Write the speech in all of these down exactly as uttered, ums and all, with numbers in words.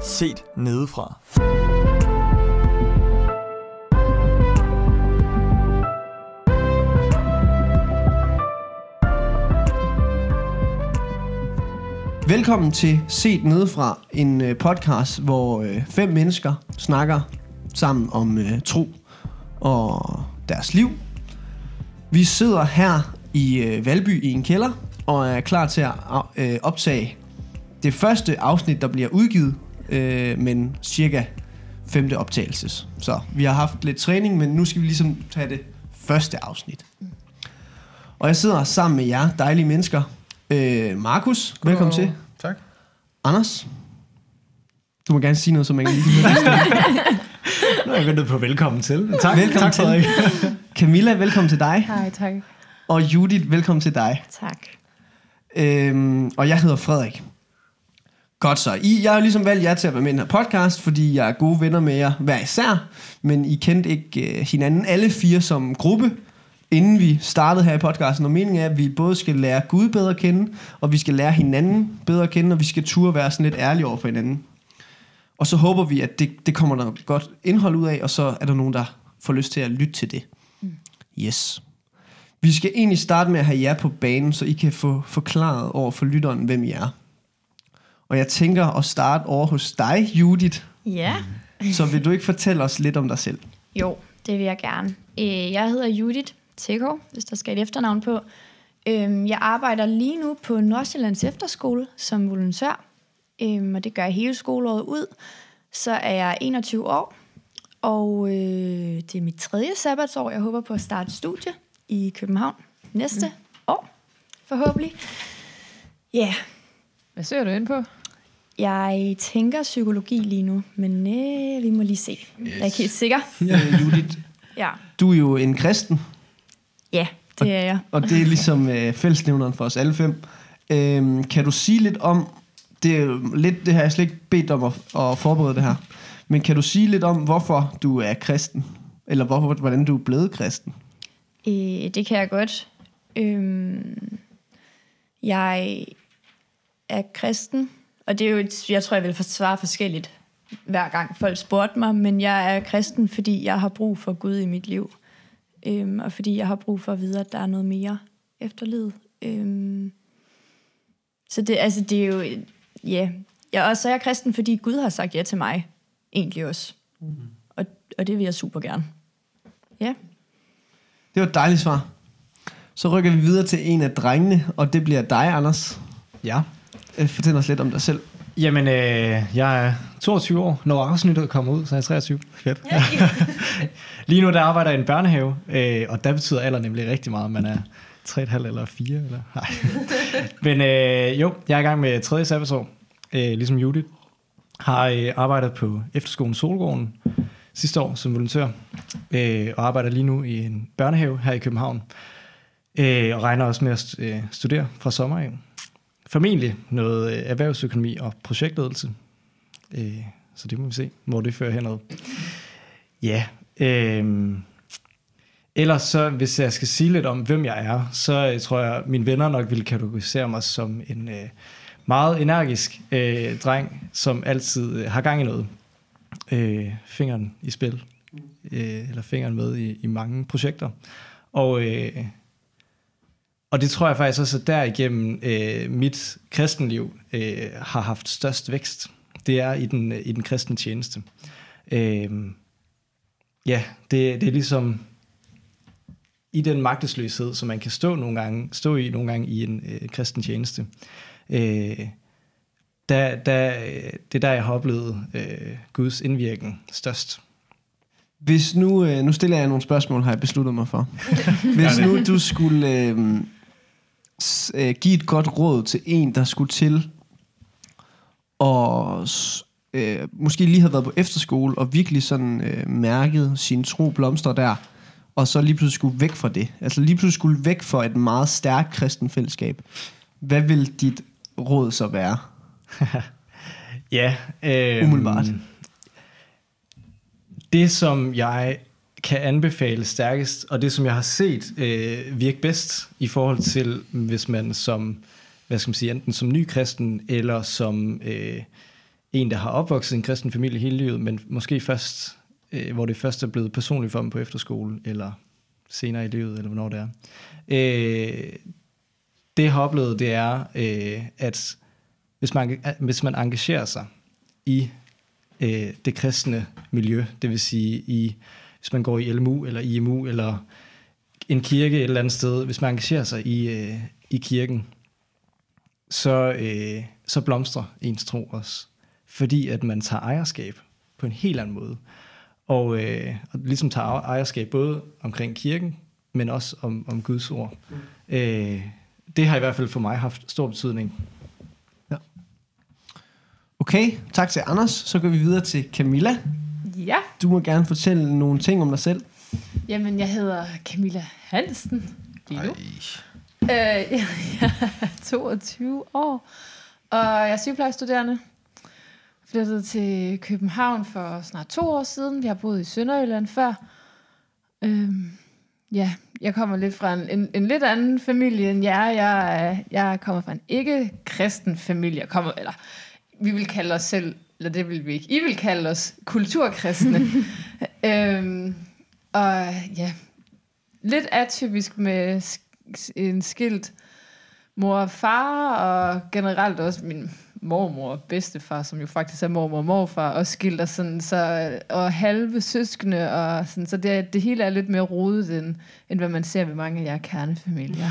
Set nedefra. Velkommen til Set nedefra, en podcast, hvor øh, fem mennesker snakker sammen om øh, tro og deres liv. Vi sidder her i øh, Valby i en kælder og er klar til at øh, optage det første afsnit, der bliver udgivet, øh, men cirka femte optagelses. Så vi har haft lidt træning, men nu skal vi ligesom tage det første afsnit. Og jeg sidder sammen med jer dejlige mennesker. Øh, Markus, velkommen til. Tak. Anders, du må gerne sige noget, som man kan lige Nu er jeg ventet på velkommen til. Tak, velkommen tak til. Camilla, velkommen til dig. Hej, tak. Og Judith, velkommen til dig. Tak. Øhm, og jeg hedder Frederik. Godt så. I, jeg har ligesom valgt jer til at være med i den her podcast, fordi jeg er gode venner med jer hver især, men I kendte ikke øh, hinanden alle fire som gruppe, inden vi startede her i podcasten. Og meningen er, at vi både skal lære Gud bedre at kende, og vi skal lære hinanden bedre at kende, og vi skal turde være sådan lidt ærlige over for hinanden. Og så håber vi, at det, det kommer der godt indhold ud af, og så er der nogen, der får lyst til at lytte til det. Yes. Vi skal egentlig starte med at have jer på banen, så I kan få forklaret over for lytteren, hvem I er. Og jeg tænker at starte over hos dig, Judith. Ja. Så vil du ikke fortælle os lidt om dig selv? Jo, det vil jeg gerne. Jeg hedder Judith Tekov, hvis der skal et efternavn på. Jeg arbejder lige nu på Nordsjællands Efterskole som volontør, og det gør jeg hele skoleåret ud. Så er jeg enogtyve år, og det er mit tredje sabbatsår. Jeg håber på at starte et studie i København næste mm. år, forhåbentlig. Ja. Yeah. Hvad søger du ind på? Jeg tænker psykologi lige nu, men øh, vi må lige se. Yes. Jeg er ikke helt sikker. Ja, Judith, ja. Du er jo en kristen. Ja, det er jeg. Og det er ligesom øh, fællesnævneren for os alle fem. Øhm, kan du sige lidt om, det er jo lidt, det har jeg slet ikke bedt om at, at forberede det her, men kan du sige lidt om, hvorfor du er kristen? Eller hvorfor, hvordan du er blevet kristen? Øh, det kan jeg godt. Øhm, jeg er kristen, og det er jo, jeg tror, jeg vil forsvare forskelligt, hver gang folk spurgte mig, men jeg er kristen, fordi jeg har brug for Gud i mit liv, øhm, og fordi jeg har brug for at vide, at der er noget mere efter livet. Øhm, så det, altså, det er jo, ja, jeg, og så er jeg kristen, fordi Gud har sagt ja til mig, egentlig også, mm-hmm. og, og det vil jeg super gerne. Ja. Det var et dejligt svar. Så rykker vi videre til en af drengene, og det bliver dig, Anders. Ja. Fortæl os lidt om dig selv. Jamen, øh, jeg er toogtyve år, når afsnittet kommer ud, så er jeg treogtyve. Fedt. Ja. Lige nu der arbejder jeg i en børnehave, øh, og der betyder alder nemlig rigtig meget, man er tre komma fem eller fire. Eller? Nej. Men øh, jo, jeg er i gang med tredje sabbatsår, øh, ligesom Judith. Har øh, arbejdet på efterskolen Solgården sidste år som volontør, øh, og arbejder lige nu i en børnehave her i København, øh, og regner også med at øh, studere fra sommer af. Formentlig noget øh, erhvervsøkonomi og projektledelse. Øh, så det må vi se, hvor det fører henad. Ja. Øh, ellers så, hvis jeg skal sige lidt om, hvem jeg er, så øh, tror jeg, at mine venner nok ville kategorisere mig som en øh, meget energisk øh, dreng, som altid øh, har gang i noget. Øh, fingeren i spil. Øh, eller fingeren med i, i mange projekter. Og... Øh, Og det tror jeg faktisk også, at derigennem øh, mit kristenliv øh, har haft størst vækst. Det er i den, i den kristne tjeneste. Øh, ja, det, det er ligesom i den magtesløshed, som man kan stå nogle gange, stå i nogle gange i en øh, kristen tjeneste. Øh, der, der, det er der, jeg har oplevet øh, Guds indvirken størst. Hvis nu, øh, nu stiller jeg nogle spørgsmål, har jeg besluttet mig for. Hvis nu du skulle øh, s- øh, give et godt råd til en, der skulle til og øh, måske lige havde været på efterskole og virkelig sådan øh, mærket sin tro blomster der, og så lige pludselig skulle væk fra det. Altså lige pludselig skulle væk fra et meget stærkt kristen fællesskab. Hvad vil dit råd så være? ja. Øh, Umiddelbart. Det, som jeg kan anbefale stærkest, og det, som jeg har set øh, virke bedst i forhold til, hvis man som, hvad skal man sige, enten som ny kristen, eller som øh, en, der har opvokset i en kristen familie hele livet, men måske først, øh, hvor det først er blevet personligt for dem på efterskole, eller senere i livet, eller hvornår det er. Øh, det jeg har oplevet, det er, øh, at hvis man, hvis man engagerer sig i øh, det kristne miljø, det vil sige, i, hvis man går i L M U, eller I M U, eller en kirke et eller andet sted, hvis man engagerer sig i, øh, i kirken, så, øh, så blomstrer ens tro også. Fordi at man tager ejerskab på en helt anden måde. Og, øh, og ligesom tager ejerskab både omkring kirken, men også om, om Guds ord. Mm. Øh, det har i hvert fald for mig haft stor betydning. Ja. Okay, tak til Anders. Så går vi videre til Camilla. Ja. Du må gerne fortælle nogle ting om dig selv. Jamen, jeg hedder Camilla Hansen. Øh, jeg er toogtyve år, og jeg er sygeplejestuderende. Flyttede til København for snart to år siden. Vi har boet i Sønderjylland før. Øhm, ja, jeg kommer lidt fra en, en, en lidt anden familie end jer. Jeg, jeg kommer fra en ikke-kristen familie. Jeg kommer, eller vi vil kalde os selv, eller det vil vi ikke. I vil kalde os kulturkristne. øhm, og ja, lidt atypisk med en skilt mor og far, og generelt også min mormor og bedstefar, som jo faktisk er mormor og morfar, og skilt og sådan, så, og halve søskende, og sådan, så det, det hele er lidt mere rodet, end, end hvad man ser ved mange af jer kernefamilier.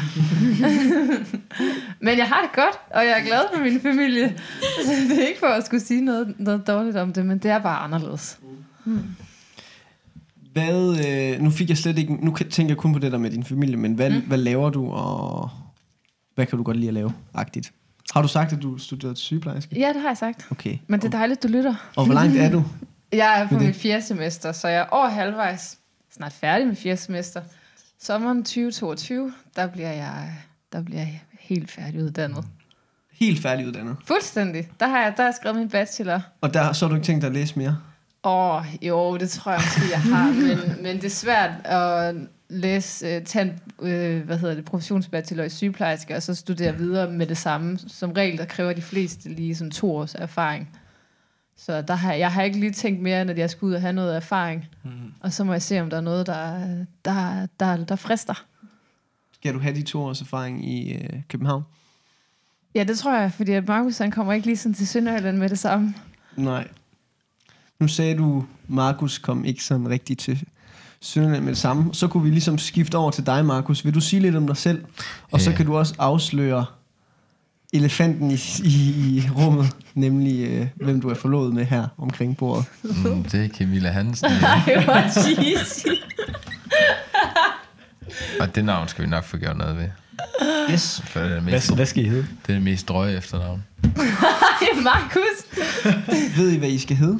Men jeg har det godt, og jeg er glad for min familie, så det er ikke for at skulle sige noget, noget dårligt om det, men det er bare anderledes. Hmm. Hvad, øh, nu fik jeg slet ikke, nu tænker jeg kun på det der med din familie, men hvad, mm. hvad laver du, og hvad kan du godt lide at lave, agtigt? Har du sagt, at du studerede til sygeplejerske? Ja, det har jeg sagt. Okay. Men det er dejligt, du lytter. Og hvor langt er du? Jeg er på mit fjerde semester, så jeg er over halvvejs. Snart færdig med fjerde semester. Sommeren tyve toogtyve, der bliver jeg, der bliver jeg helt færdiguddannet. Helt færdiguddannet? Fuldstændig. Der har jeg, der har jeg skrevet min bachelor. Og der, så har du ikke tænkt dig at læse mere? Åh, oh, jo, det tror jeg måske, jeg har. Men, men det er svært at læse, uh, tage en uh, hvad hedder det, professionsbachelor i sygeplejerske, og så studere videre med det samme. Som regel, der kræver de fleste lige sådan to års erfaring. Så der har, jeg har ikke lige tænkt mere, end at jeg skal ud og have noget erfaring. Mm. Og så må jeg se, om der er noget, der, der, der, der frister. Skal du have de to års erfaring i øh, København? Ja, det tror jeg, fordi Markus han kommer ikke lige sådan til Sønderjylland med det samme. Nej. Nu sagde du, Markus kom ikke sådan rigtig til Sønderjylland med det samme. Så kunne vi ligesom skifte over til dig, Markus. Vil du sige lidt om dig selv? Og ja. Så kan du også afsløre elefanten i, i, i rummet, nemlig øh, hvem du er forlovet med her omkring bordet. Mm, det er Camilla Hansen. Nej, hvor cheesy. Og det navn skal vi nok få gjort noget ved. Yes. For det er det mest, hvad, hvad skal I hedde? Det er det mest drøje efternavn. Hej, Markus. Ved I, hvad I skal hedde?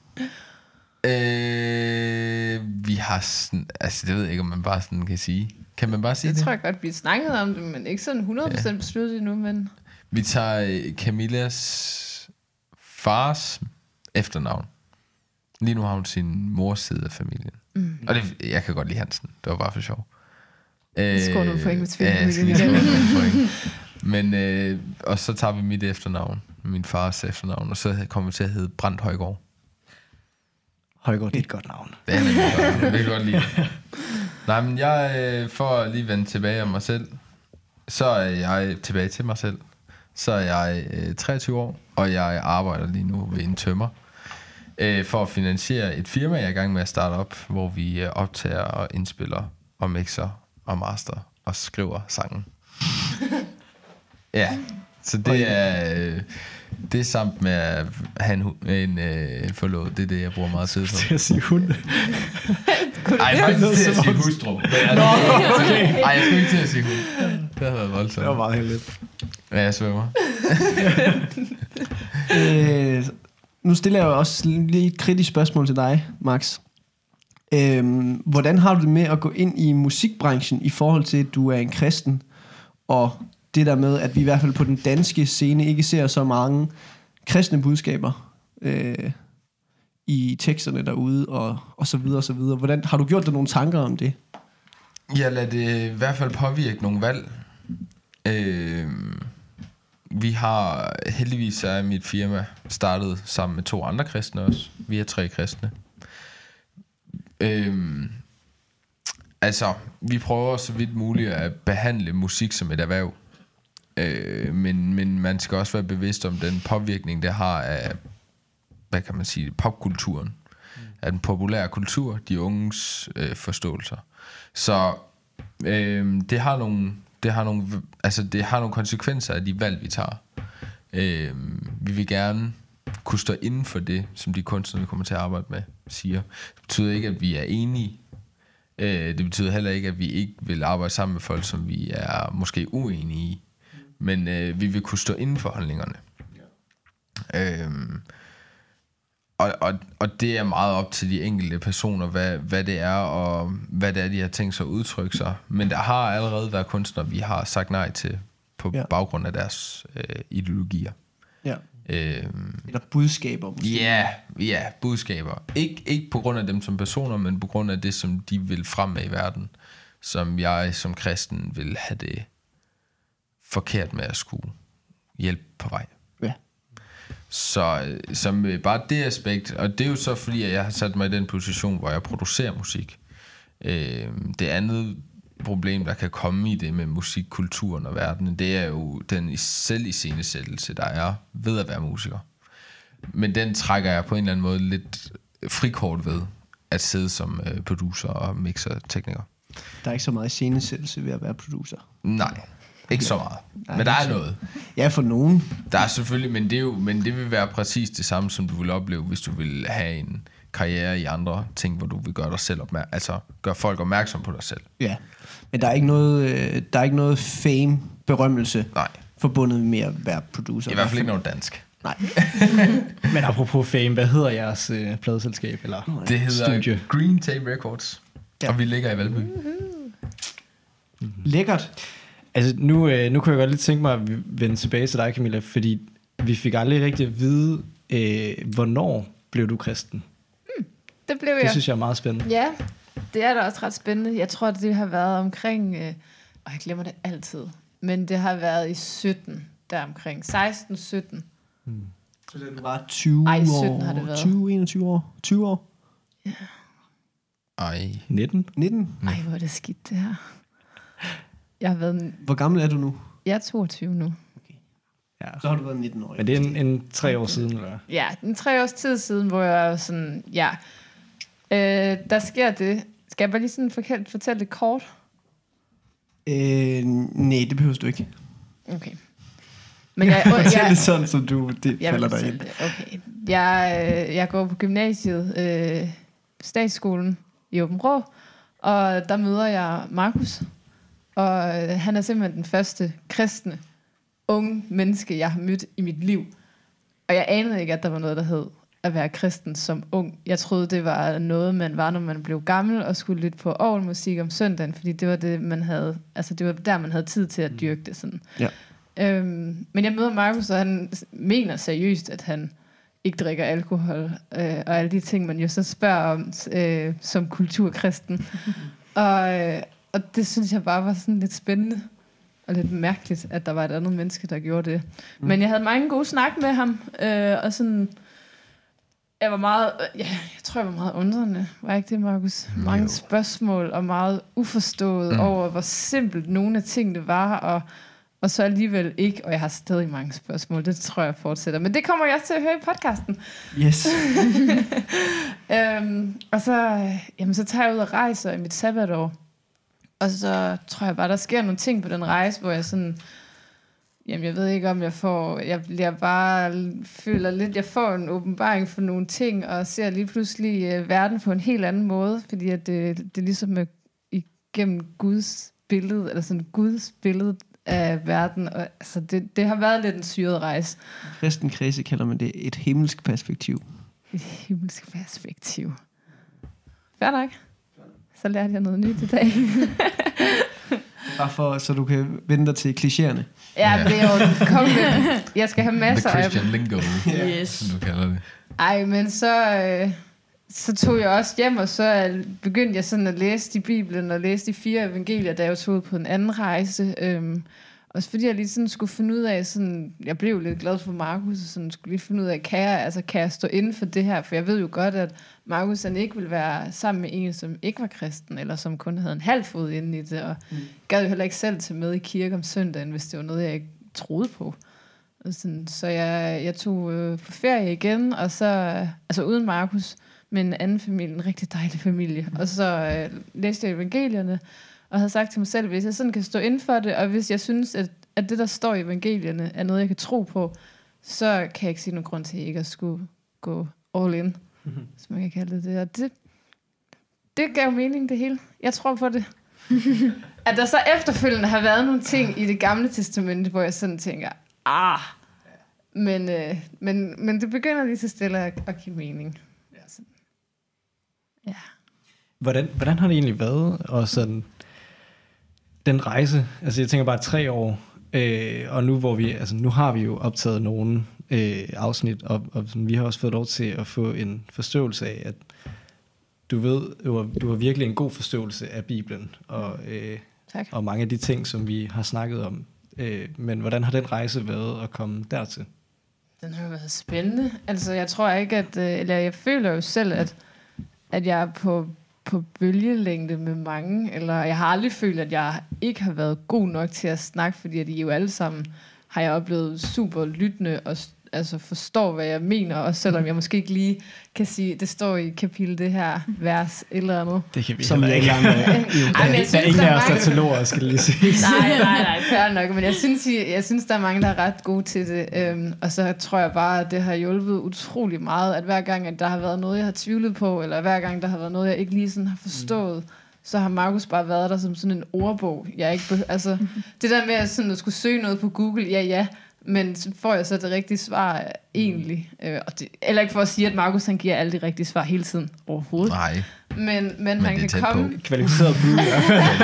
Øh, vi har sådan, altså det ved jeg ikke, om man bare sådan kan sige. Kan man bare sige det? det? Jeg tror jeg godt, vi har snakket om det, men ikke sådan hundrede procent ja. besluttet endnu, men... Vi tager Camillas fars efternavn. Lige nu har hun sin mors side af familien. Mm. Og det, jeg kan godt lide Hansen. Det var bare for sjov. Jeg skår nogle point med tvivlfamilien. Men, øh, og så tager vi mit efternavn, min fars efternavn, og så kommer vi til at hedde Brandt Højgaard. Højgaard, det er et godt navn. Det er et godt navn. Det kan godt lide. Nej, men jeg, øh, for at lige vende tilbage om mig selv, så er jeg tilbage til mig selv. Så er jeg øh, treogtyve år, og jeg arbejder lige nu ved en tømmer, øh, for at finansiere et firma, jeg er i gang med at starte op, hvor vi øh, optager og indspiller og mixer og master og skriver sangen. Ja, så det er øh, det er samt med at have en, en øh, forlovet. Det er det, jeg bruger meget tid på. Til at sige hund. Ej, faktisk til at sige hustru. Ej, jeg skulle ikke til at sige hund. Det har været voldsomt. Det var meget heldigt. Ja, jeg svømmer. øh, nu stiller jeg også lige et kritisk spørgsmål til dig, Max. Øh, hvordan har du det med at gå ind i musikbranchen i forhold til, at du er en kristen, og det der med, at vi i hvert fald på den danske scene ikke ser så mange kristne budskaber øh, i teksterne derude, og, og så videre og så videre. Hvordan, har du gjort dig nogle tanker om det? Jeg lader det i hvert fald påvirke nogle valg. Øh, vi har heldigvis er mit firma startet sammen med to andre kristne også. Vi er tre kristne. Øhm, altså, vi prøver så vidt muligt at behandle musik som et erhverv. Øh, men, men man skal også være bevidst om den påvirkning, det har af, hvad kan man sige, popkulturen. Mm. Af den populære kultur, de unges øh, forståelser. Så øh, det har nogle, det har nogle, altså det har nogle konsekvenser af de valg, vi tager. Øh, vi vil gerne kunne stå inden for det, som de kunstnere, vi kommer til at arbejde med, siger. Det betyder ikke, at vi er enige. Øh, det betyder heller ikke, at vi ikke vil arbejde sammen med folk, som vi er måske uenige i. Men øh, vi vil kunne stå inden for holdningerne. Ja. Øhm, og, og, og det er meget op til de enkelte personer, hvad, hvad det er, og hvad det er, de har tænkt sig at udtrykke sig. Men der har allerede været kunstnere, vi har sagt nej til, på ja. baggrund af deres øh, ideologier. Ja. Øhm, Eller budskaber måske. Ja, ja, budskaber. Ik, ikke på grund af dem som personer, men på grund af det, som de vil frem med i verden. Som jeg som kristen vil have det forkert med at skulle hjælpe på vej. Ja. Så som bare det aspekt, og det er jo så fordi, at jeg har sat mig i den position, hvor jeg producerer musik. Øh, det andet problem, der kan komme i det med musikkulturen og verdenen, det er jo den selviscenesættelse, der er ved at være musiker. Men den trækker jeg på en eller anden måde lidt frikort ved, at sidde som producer og mixer tekniker. Der er ikke så meget iscenesættelse ved at være producer. Nej. Ikke så meget. Nej, men der er noget. Ja, for nogen. Der er selvfølgelig, men det, er jo, men det vil være præcis det samme, som du vil opleve, hvis du vil have en karriere i andre ting, hvor du vil gøre dig selv opmærksom, altså gøre folk opmærksom på dig selv. Ja, men der er ikke noget, der er ikke noget fame, berømmelse, nej, forbundet med at være producer. I hvert fald ikke noget dansk. Nej. Men apropos fame, hvad hedder jeres øh, pladeselskab eller det hedder studie? Green Tape Records, ja. Og vi ligger i Valby. Mm-hmm. Lækkert. Altså nu, øh, nu kunne jeg godt lidt tænke mig at vende tilbage til dig, Camilla, fordi vi fik aldrig rigtig at vide, øh, hvornår blev du kristen? Hmm, det blev jeg. Det synes jeg er meget spændende. Ja, det er da også ret spændende. Jeg tror, det har været omkring, øh, og jeg glemmer det altid, men det har været i sytten, der omkring seksten sytten. Hmm. Så det var tyve Ej, sytten år, har det været. tyve, enogtyve år, tyve år? Ja. Ej. nitten? nitten? Ej, hvor er det skidt det her. Jeg har været... Hvor gammel er du nu? Jeg er toogtyve nu. Okay. Ja. Så har du været nitten år. Men det er en, en tre år siden, eller? Ja, en tre års tid siden, hvor jeg var sådan, ja, øh, der sker det. Skal jeg bare lige sådan fortælle, fortælle det kort? Øh, nej, det behøver du ikke. Okay. Men jeg, jeg, Fortæl jeg, det sådan, som du, det jeg falder dig ind. Okay. Jeg, øh, jeg går på gymnasiet, øh, statsskolen i Åben Rå, og der møder jeg Markus. Og øh, han er simpelthen den første kristne unge menneske, jeg har mødt i mit liv. Og jeg anede ikke, at der var noget, der hed at være kristen som ung. Jeg troede, det var noget, man var, når man blev gammel og skulle lytte på orgelmusik om søndagen, fordi det var det, man havde, altså det var der, man havde tid til at dyrke det sådan. Ja. Øhm, men jeg møder Markus, og han mener seriøst, at han ikke drikker alkohol, øh, og alle de ting, man jo så spørger om øh, som kulturkristen. og, øh, og det synes jeg bare var sådan lidt spændende og lidt mærkeligt, at der var et andet menneske, der gjorde det. Mm. Men jeg havde mange gode snak med ham, øh, og sådan, jeg var meget, øh, ja, jeg tror, jeg var meget undrende. Var ikke det, Markus? Mange jo. spørgsmål, og meget uforstået mm. over, hvor simpelt nogle af tingene var, og, og så alligevel ikke, og jeg har stadig mange spørgsmål. Det tror jeg fortsætter. Men det kommer jeg også til at høre i podcasten. Yes. øhm, og så, jamen, så tager jeg ud og rejser i mit sabbatår. Og så tror jeg bare, der sker nogle ting på den rejse, hvor jeg sådan, jamen jeg ved ikke om jeg får, jeg bliver bare, føler lidt, jeg får en åbenbaring for nogle ting, og ser lige pludselig øh, verden på en helt anden måde, fordi at det, det er ligesom er igennem Guds billede, eller sådan Guds billede af verden, og altså det, det har været lidt en syret rejse. Kristen kredse kalder man det et himmelsk perspektiv. Et himmelsk perspektiv. Fair nok. Så lærte jeg noget nyt i dag. Bare for, så du kan vende dig til klichéerne. Ja, men det er jo kom med. Jeg skal have masser af The Christian lingo, yes. som du kalder det. Ej, men så, øh, så tog jeg også hjem, og så begyndte jeg sådan at læse i Bibelen, og læse de fire evangelier, da jeg tog ud på en anden rejse. Øhm, Også fordi jeg lige sådan skulle finde ud af, sådan, jeg blev lidt glad for Markus, og sådan skulle lige finde ud af, kan jeg, altså, kan jeg stå inden for det her? For jeg ved jo godt, at Markus han ikke ville være sammen med en, som ikke var kristen, eller som kun havde en halv fod inde i det, og mm. gad jo heller ikke selv til med i kirke om søndagen, hvis det var noget, jeg ikke troede på. Og sådan, så jeg, jeg tog øh, på ferie igen, og så, øh, altså uden Markus, med en anden familie, en rigtig dejlig familie, og så øh, læste jeg evangelierne, og havde sagt til mig selv, hvis jeg sådan kan stå inden for det, og hvis jeg synes, at, at det, der står i evangelierne, er noget, jeg kan tro på, så kan jeg ikke se nogen grund til ikke at skulle gå all in, mm-hmm. hvis man kan kalde det det. Og det, det gav mening, det hele. Jeg tror på det. At der så efterfølgende har været nogle ting i det gamle testamente, hvor jeg sådan tænker, ah, men, øh, men, men det begynder lige så stille at, at give mening. Så, ja. Hvordan, hvordan har det egentlig været, og sådan den rejse, altså jeg tænker bare tre år, øh, og nu hvor vi, altså nu har vi jo optaget nogle øh, afsnit, og, og sådan, vi har også fået lov til at få en forståelse af, at du ved, du har, du har virkelig en god forståelse af Bibelen, og, øh, og mange af de ting, som vi har snakket om. Øh, men hvordan har den rejse været at komme dertil? Den har jo været spændende. Altså jeg tror ikke, at, eller jeg føler jo selv, at, at jeg er på på bølgelængde med mange, eller jeg har aldrig følt, at jeg ikke har været god nok til at snakke, fordi at I jo alle sammen har jeg oplevet super lyttende og altså forstår, hvad jeg mener, også selvom jeg måske ikke lige kan sige, det står i kapitel det her vers eller andet. Det kan vi som heller ikke. Ej, men jeg der er ingen af os, der er teologer, skal lige sige. Nej, nej, nej, fair nok, men jeg synes, jeg, jeg synes, der er mange, der er ret gode til det, øhm, og så tror jeg bare, at det har hjulpet utrolig meget, at hver gang, at der har været noget, jeg har tvivlet på, eller hver gang, der har været noget, jeg ikke lige sådan har forstået, mm. så har Markus bare været der som sådan en ordbog. Jeg ikke be- altså, det der med at, sådan, at skulle søge noget på Google, ja, ja, men så får jeg så det rigtige svar egentlig. Øh, og det, eller ikke for at sige, at Markus han giver alle de rigtige svar hele tiden overhovedet. Nej. Men, men, men han kan komme... Kvalificeret bud, ja.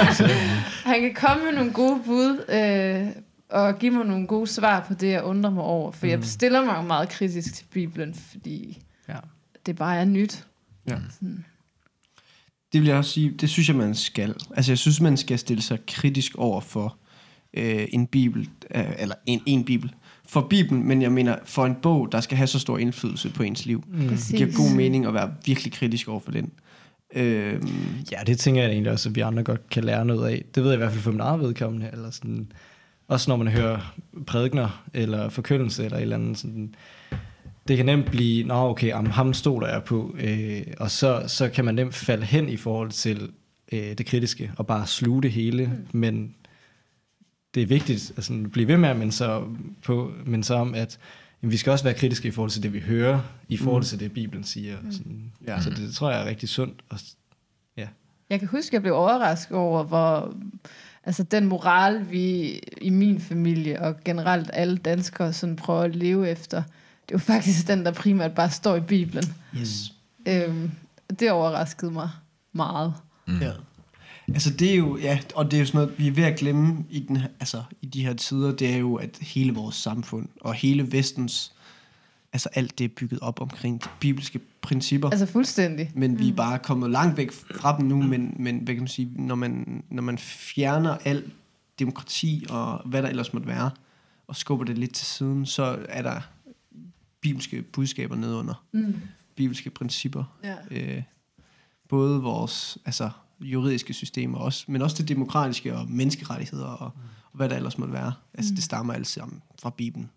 Han kan komme med nogle gode bud, øh, og give mig nogle gode svar på det, jeg undrer mig over. For mm. jeg stiller mig meget kritisk til Bibelen, fordi ja. det bare er nyt. Ja. Sådan. Det vil jeg også sige, det synes jeg, man skal. Altså jeg synes, man skal stille sig kritisk over for øh, en bibel, øh, eller en, en bibel, for Bibelen, men jeg mener, for en bog, der skal have så stor indflydelse på ens liv. Mm. Det giver god mening at være virkelig kritisk over for den. Øhm. Ja, det tænker jeg egentlig også, at vi andre godt kan lære noget af. Det ved jeg i hvert fald for min eget vedkommende. Eller sådan, også når man hører prædikener, eller forkyndelse, eller et eller andet sådan. Det kan nemt blive, nå okay, om ham stoler jeg på, øh, og så, så kan man nemt falde hen i forhold til øh, det kritiske, og bare sluge det hele, mm. men det er vigtigt at sådan, blive ved med at minde så, på, minde så om, at jamen, vi skal også være kritiske i forhold til det, vi hører, i forhold til det, Bibelen siger. Mm. Sådan. Ja. Så det, det tror jeg er rigtig sundt. Og, ja. Jeg kan huske, at jeg blev overrasket over, hvor altså, den moral, vi i min familie, og generelt alle danskere, sådan prøver at leve efter, det er jo faktisk den, der primært bare står i Bibelen. Yes. Øhm, det overraskede mig meget. Mm. Ja. Altså det er jo, ja, og det er jo sådan noget, vi er ved at glemme i, den, altså, i de her tider, det er jo, at hele vores samfund, og hele vestens, altså alt det er bygget op omkring de bibelske principper. Altså fuldstændig. Men mm. vi er bare kommet langt væk fra dem nu, men, men hvad kan man sige, når man, når man fjerner alt demokrati, og hvad der ellers måtte være, og skubber det lidt til siden, så er der bibelske budskaber nedunder. Mm. Bibelske principper. Ja. Øh, både vores altså, juridiske systemer, også, men også det demokratiske og menneskerettigheder og, mm. og hvad der ellers måtte være. Altså, mm. det stammer alt sammen fra Bibelen.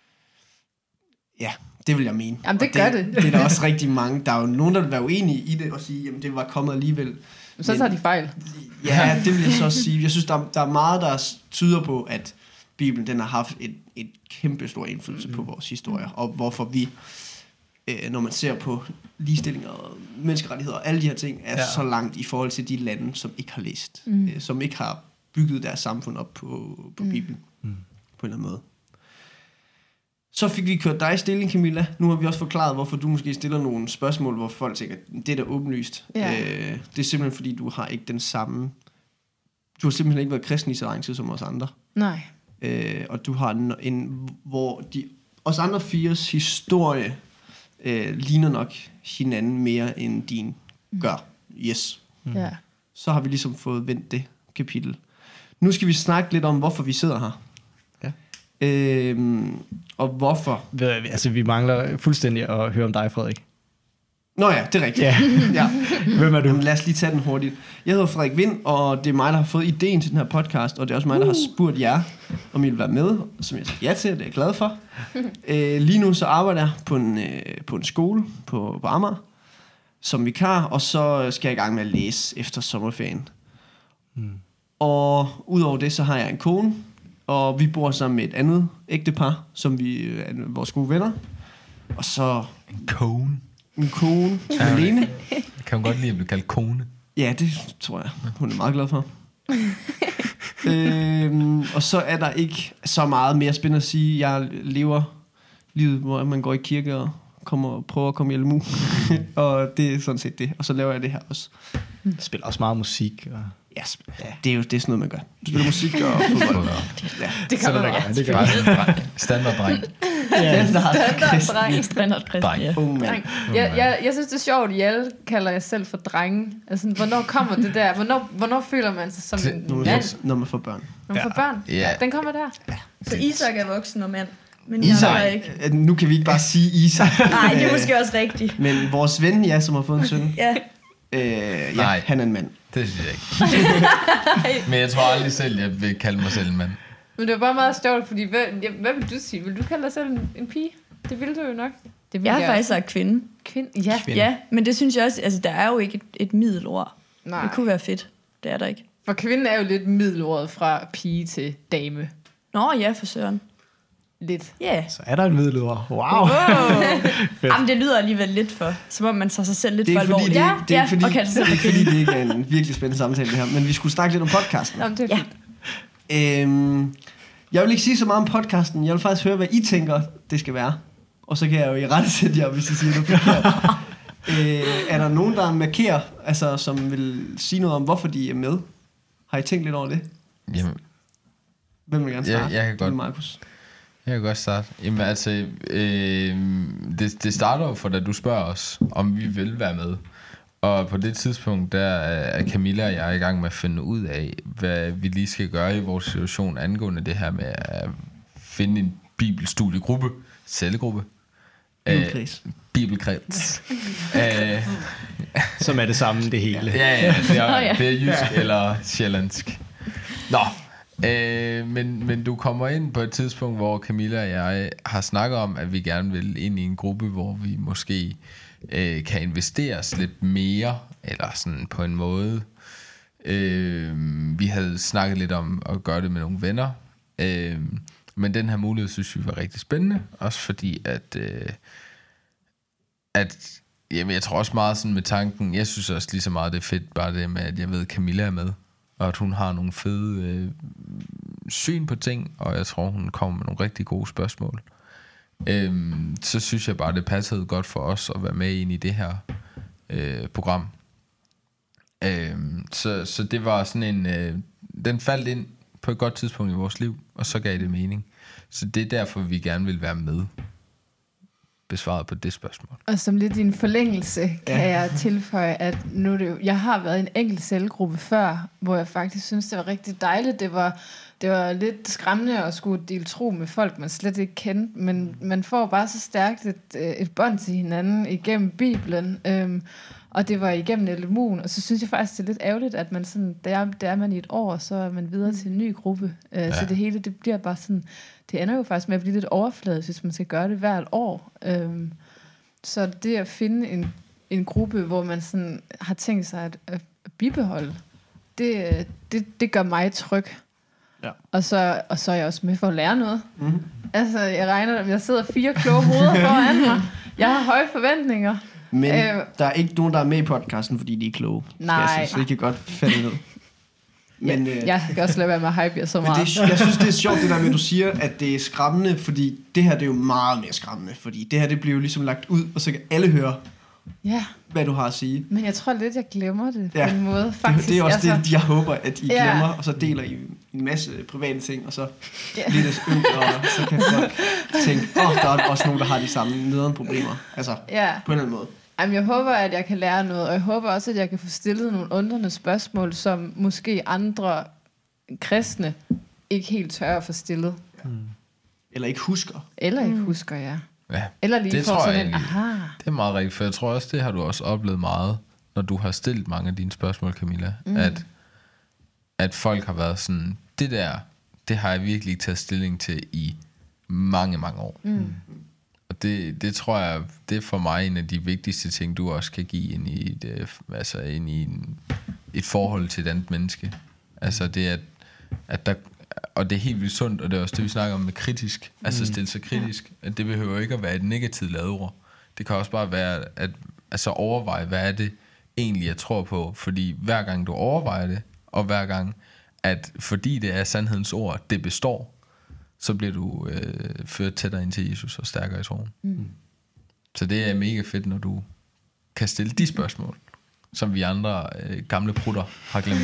Ja, det vil jeg mene. Jamen, det, det gør det. Det er der også rigtig mange. Der er jo nogen, der vil være uenige i det og sige, jamen, det var kommet alligevel. Så tager de fejl. Ja, det vil jeg så også sige. Jeg synes, der, der er meget, der tyder på, at Bibelen den har haft et, et kæmpe stor indflydelse mm. på vores historie, og hvorfor vi, øh, når man ser på ligestilling og menneskerettigheder og alle de her ting, er ja. så langt i forhold til de lande, som ikke har læst, mm. øh, som ikke har bygget deres samfund op på, på mm. Bibelen, mm. på en eller anden måde. Så fik vi kørt dig i stilling, Camilla. Nu har vi også forklaret, hvorfor du måske stiller nogle spørgsmål, hvor folk tænker, det er da åbenlyst. Ja. Øh, det er simpelthen, fordi du har ikke den samme... Du har simpelthen ikke været kristen i så lang tid som os andre. Nej. Øh, og du har en, en hvor de os andre fires historie øh, ligner nok hinanden mere end din mm. gør. Yes. Mm. Ja. Så har vi ligesom fået vendt det kapitel. Nu skal vi snakke lidt om, hvorfor vi sidder her. Øhm, og hvorfor? Altså, vi mangler fuldstændig at høre om dig, Frederik. Nå ja, det er rigtigt. Ja. ja. Hvem er du? Jamen, lad os lige tage den hurtigt. Jeg hedder Frederik Vind, og det er mig, der har fået ideen til den her podcast, og det er også mig, der har spurgt jer, om I vil være med, som jeg siger ja til, og det er jeg glad for. øh, lige nu så arbejder jeg på en, øh, på en skole på, på Amager, som vikar, og så skal jeg i gang med at læse efter sommerferien. Hmm. Og udover det, så har jeg en kone, og vi bor sammen med et andet ægtepar, som vi er vores gode venner. Og så... En kone? Min kone, Malene. Kan hun godt lide at blive kaldt kone? Ja, det tror jeg. Hun er meget glad for. øhm, og så er der ikke så meget mere spændende at sige. Jeg lever livet, hvor man går i kirke og kommer og prøver at komme i L M U. Og det er sådan set det. Og så laver jeg det her også. Jeg spiller også meget musik. Og... Ja, det er jo det er sådan noget, man gør. Du spiller musik og fodbold. Ja, det kan man ja, det gør Standarddreng. Standarddreng. Standardkristen, ja. Oh, Jeg, jeg, jeg synes, det er sjovt, at alle kalder jeg selv for drenge. Altså, hvornår kommer det der? Hvornår, hvornår føler man sig som en når man, mand? får, når man får børn. Når man får børn? Ja. Den kommer der. Så Isak er voksen og mand. Men jeg Isak, er ikke. nu kan vi ikke bare sige Isak. Nej, det er måske også rigtigt. Men vores ven, ja, som har fået en søn, Ja. øh, ja, Nej. han er en mand. Det synes jeg ikke. Men jeg tror aldrig selv, jeg vil kalde mig selv en mand. Men det var bare meget sjovt, fordi hvad, ja, hvad vil du sige? Vil du kalde dig selv en, en pige? Det vil du jo nok. Det vil Jeg har jeg faktisk også. sagt kvinde. Kvinde? Ja. Kvinde. Ja, men det synes jeg også, altså der er jo ikke et, et middelord. Nej. Det kunne være fedt. Det er der ikke. For kvinde er jo lidt middelordet fra pige til dame. Nå ja, for søren. Lidt. Ja. Yeah. Så er der en middelord. Wow. Wow. Jamen, det lyder alligevel lidt for, som om man tager sig selv lidt Det er for ikke fordi, alvorligt. det, Ja, det er ja, ikke fordi, og kalder sig det er selv ikke for fordi, kvinde. det ikke er en virkelig spændende samtale det her. Men vi skulle snakke lidt om podcasten. Nå, men det er Ja. fint. Øhm, jeg vil ikke sige så meget om podcasten. Jeg vil faktisk høre, hvad I tænker, det skal være. Og så kan jeg jo i rette sætte jer, hvis I siger noget forkert. øh, er der nogen, der markerer, altså, som vil sige noget om, hvorfor de er med? Har I tænkt lidt over det? Jamen, Hvem vil gerne Ja, starte? jeg kan godt. Markus. jeg kan godt starte. Jamen altså, øh, det, det starter jo for, da du spørger os, om vi vil være med. Og på det tidspunkt, der er Camilla og jeg i gang med at finde ud af, hvad vi lige skal gøre i vores situation angående det her med at finde en bibelstudiegruppe, cellegruppe. Bibelkreds. Øh, Bibelkreds. øh, Som er det samme, det hele. ja, ja, det er, Nå, ja. det er jysk eller sjællandsk. Nå, øh, men, men du kommer ind på et tidspunkt, hvor Camilla og jeg har snakket om, at vi gerne vil ind i en gruppe, hvor vi måske øh, kan investeres lidt mere, eller sådan på en måde. Øh, vi havde snakket lidt om at gøre det med nogle venner, øh, men den her mulighed synes vi var rigtig spændende, også fordi at, øh, at jamen, jeg tror også meget sådan med tanken, jeg synes også lige så meget, det er fedt, bare det med, at jeg ved, at Camilla er med, og at hun har nogle fede øh, syn på ting, og jeg tror, hun kommer med nogle rigtig gode spørgsmål. Øhm, så synes jeg bare, det passede godt for os at være med ind i det her øh, program. Øhm, så, så det var sådan en, øh, den faldt ind på et godt tidspunkt i vores liv, og så gav det mening. Så det er derfor, vi gerne vil være med. Besvaret på det spørgsmål. Og som lidt i en forlængelse kan Ja. ja. jeg tilføje, at nu er det jo, jeg har været i en enkelt cellegruppe før, hvor jeg faktisk synes, det var rigtig dejligt. Det var, det var lidt skræmmende at skulle dele tro med folk, man slet ikke kendte, men man får bare så stærkt et, et bånd til hinanden igennem Bibelen, øhm, og det var igennem L M U'en, og så synes jeg faktisk, det er lidt ærgerligt, at man sådan, der, der er man i et år, så er man videre til en ny gruppe. Øh, ja. Så det hele, det bliver bare sådan, det ender jo faktisk med at blive lidt overfladisk, hvis man skal gøre det hvert år. Øhm, så det at finde en, en gruppe, hvor man sådan har tænkt sig at, at bibeholde, det, det, det gør mig tryg. Ja. Og, så, og så er jeg også med for at lære noget. Mm-hmm. Altså, jeg regner, at jeg sidder fire kloge hoveder foran mig. Jeg har høje forventninger. Men Øh. der er ikke nogen, der er med i podcasten, fordi de er kloge. skal Nej. jeg sige, så I kan godt falde ned. Men, Ja, øh, jeg kan også lade være med at hype jer så Men meget. det, er- jeg synes, det er sjovt, det der med, at du siger, at det er skræmmende, fordi det her, det er jo meget mere skræmmende, fordi det her, det bliver jo ligesom lagt ud, og så kan alle høre, Ja, hvad du har at sige. men jeg tror lidt, jeg glemmer det Ja. på en måde. Faktisk, Det, det er også altså, det, jeg håber, at I Ja. glemmer, og så deler I en masse private ting, og så Ja. bliver det ud, og så kan folk tænke, åh, oh, der er også nogen, der har de samme nederen problemer. Altså, Ja. på en eller anden måde. Jamen, jeg håber, at jeg kan lære noget, og jeg håber også, at jeg kan få stillet nogle undrende spørgsmål, som måske andre kristne ikke helt tør at få stillet. Mm. Eller ikke husker. Eller ikke mm. husker, ja. Ja, Eller lige det får tror sådan jeg en, egentlig. aha. Det er meget rigtigt, for jeg tror også, det har du også oplevet meget, når du har stillet mange af dine spørgsmål, Camilla, mm. at, at folk har været sådan, det der, det har jeg virkelig ikke taget stilling til i mange, mange år. Mm. Og det, det tror jeg, det er for mig en af de vigtigste ting, du også kan give ind i et, altså ind i en, et forhold til et andet menneske. Altså det, at, at der, og det er helt vildt sundt, og det er også det, vi snakker om med kritisk, altså stille sig kritisk, at det behøver ikke at være et negativt lavet ord. Det kan også bare være, at altså overveje, hvad er det egentlig, jeg tror på, fordi hver gang du overvejer det, og hver gang, at fordi det er sandhedens ord, det består, så bliver du øh, ført tættere ind til Jesus og stærkere i troen. Mm. Så det er mega fedt, når du kan stille de spørgsmål, som vi andre øh, gamle prutter har glemt.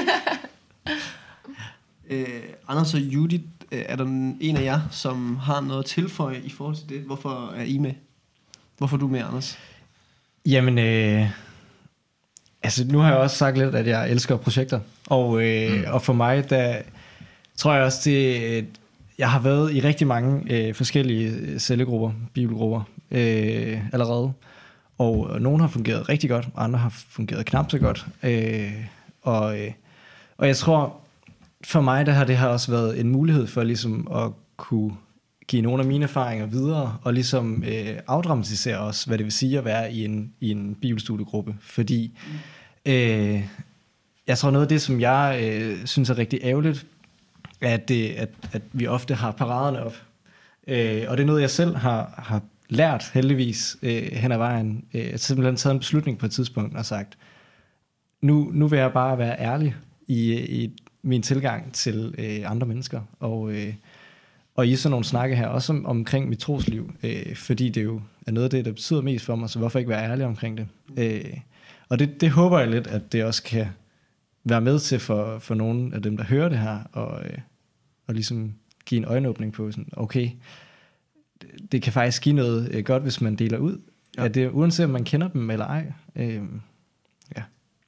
øh, Anders og Judith, øh, er der en af jer, som har noget at tilføje i forhold til det? Hvorfor er I med? Hvorfor er du med, Anders? Jamen, øh, altså nu har jeg også sagt lidt, at jeg elsker projekter. Og, øh, mm. og for mig, der tror jeg også, det jeg har været i rigtig mange øh, forskellige cellegrupper, bibelgrupper øh, allerede. Og nogle har fungeret rigtig godt, andre har fungeret knap så godt. Øh, og, øh, og jeg tror, for mig, der har det her også været en mulighed for ligesom at kunne give nogle af mine erfaringer videre, og ligesom øh, afdramatisere også, hvad det vil sige at være i en, i en bibelstudiegruppe. Fordi øh, jeg tror, noget af det, som jeg øh, synes er rigtig ærgerligt, er, at, det, at, at vi ofte har paraderne op. Øh, og det er noget, jeg selv har, har lært heldigvis øh, hen ad vejen. Jeg har simpelthen taget en beslutning på et tidspunkt og sagt, nu, nu vil jeg bare være ærlig i, i min tilgang til øh, andre mennesker. Og, øh, og i sådan nogle snakke her, også om, omkring mit trosliv, øh, fordi det jo er noget af det, der betyder mest for mig, så hvorfor ikke være ærlig omkring det? Øh, og det, det håber jeg lidt, at det også kan være med til for, for nogle af dem, der hører det her, og, øh, og ligesom give en øjenåbning på, sådan, okay, det, det kan faktisk give noget øh, godt, hvis man deler ud. Ja. At det, uanset om man kender dem eller ej. Øh, ja.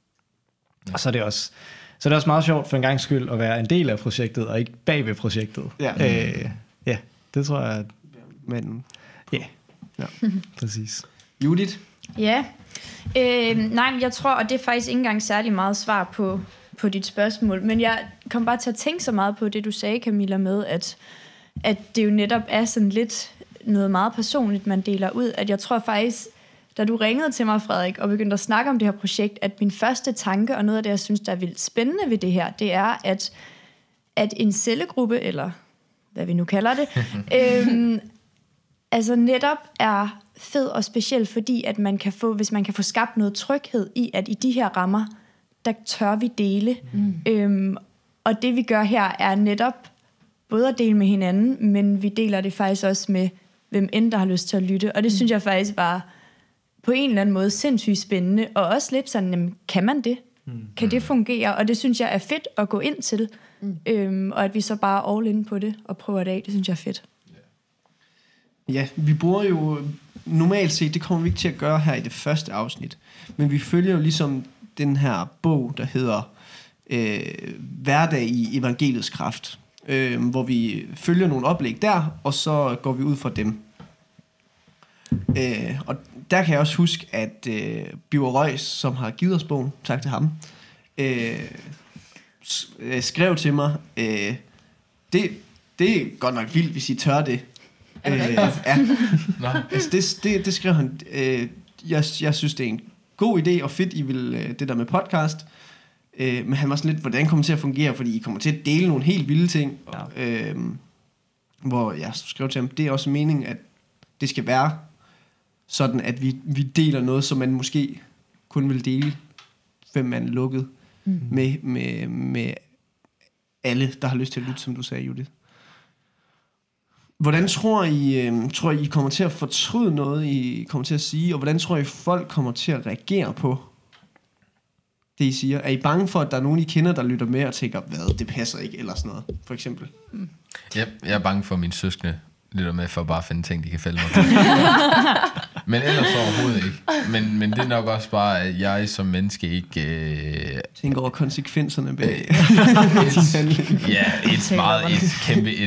Og så er det også... Så det er også meget sjovt for en gang skyld at være en del af projektet, og ikke bag ved projektet. Ja, øh, ja det tror jeg. At... Men, ja, ja. Præcis. Judith? Ja, øh, nej, jeg tror, og det er faktisk ikke engang særlig meget svar på, på dit spørgsmål, men jeg kom bare til at tænke så meget på det, du sagde, Camilla, med, at, at det jo netop er sådan lidt noget meget personligt, man deler ud, at jeg tror faktisk, da du ringede til mig, Frederik, og begyndte at snakke om det her projekt, at min første tanke, og noget af det, jeg synes, der er vildt spændende ved det her, det er, at, at en cellegruppe, eller hvad vi nu kalder det, øhm, altså netop er fed og speciel, fordi at man kan få, hvis man kan få skabt noget tryghed i, at i de her rammer, der tør vi dele. Mm. Øhm, og det vi gør her, er netop både at dele med hinanden, men vi deler det faktisk også med, hvem end der har lyst til at lytte. Og det mm. synes jeg faktisk var på en eller anden måde sindssygt spændende, og også lidt sådan, jamen, kan man det? Mm. Kan det fungere? Og det synes jeg er fedt at gå ind til, mm. øhm, og at vi så bare all in på det, og prøver det af, det synes jeg er fedt. Ja, vi bruger jo, normalt set, det kommer vi ikke til at gøre her i det første afsnit, men vi følger jo ligesom den her bog, der hedder øh, Hverdag i evangeliets kraft, øh, hvor vi følger nogle oplæg der, og så går vi ud fra dem. Øh, og der kan jeg også huske, at øh, Biver Røys, som har givet os bogen, tak til ham, øh, skrev til mig, øh, det, det er godt nok vildt, hvis I tør det. Øh, ja. altså det, det, det skrev han, øh, jeg, jeg synes, det er en god idé, og fedt, I vil øh, det der med podcast. Øh, men han var sådan lidt, hvordan kommer det til at fungere, fordi I kommer til at dele nogle helt vilde ting. Ja. Øh, hvor jeg skrev til ham, det er også meningen, at det skal være sådan, at vi, vi deler noget, som man måske kun vil dele, hvem man er lukket mm. med, med, med alle, der har lyst til at lytte, som du sagde, Judith. Hvordan tror I, øh, tror I kommer til at fortryde noget, I kommer til at sige, og hvordan tror I, folk kommer til at reagere på det, I siger? Er I bange for, at der er nogen, I kender, der lytter med og tænker, hvad, det passer ikke, eller sådan noget, for eksempel? Mm. Jeg, jeg er bange for, at mine søskende lytter med for at bare finde ting, de kan fælde mig på. Men ellers overhovedet ikke. Men, men det er nok også bare, at jeg som menneske ikke... Øh, tænker over konsekvenserne bag. Øh, et, ja, et meget et kæmpe et.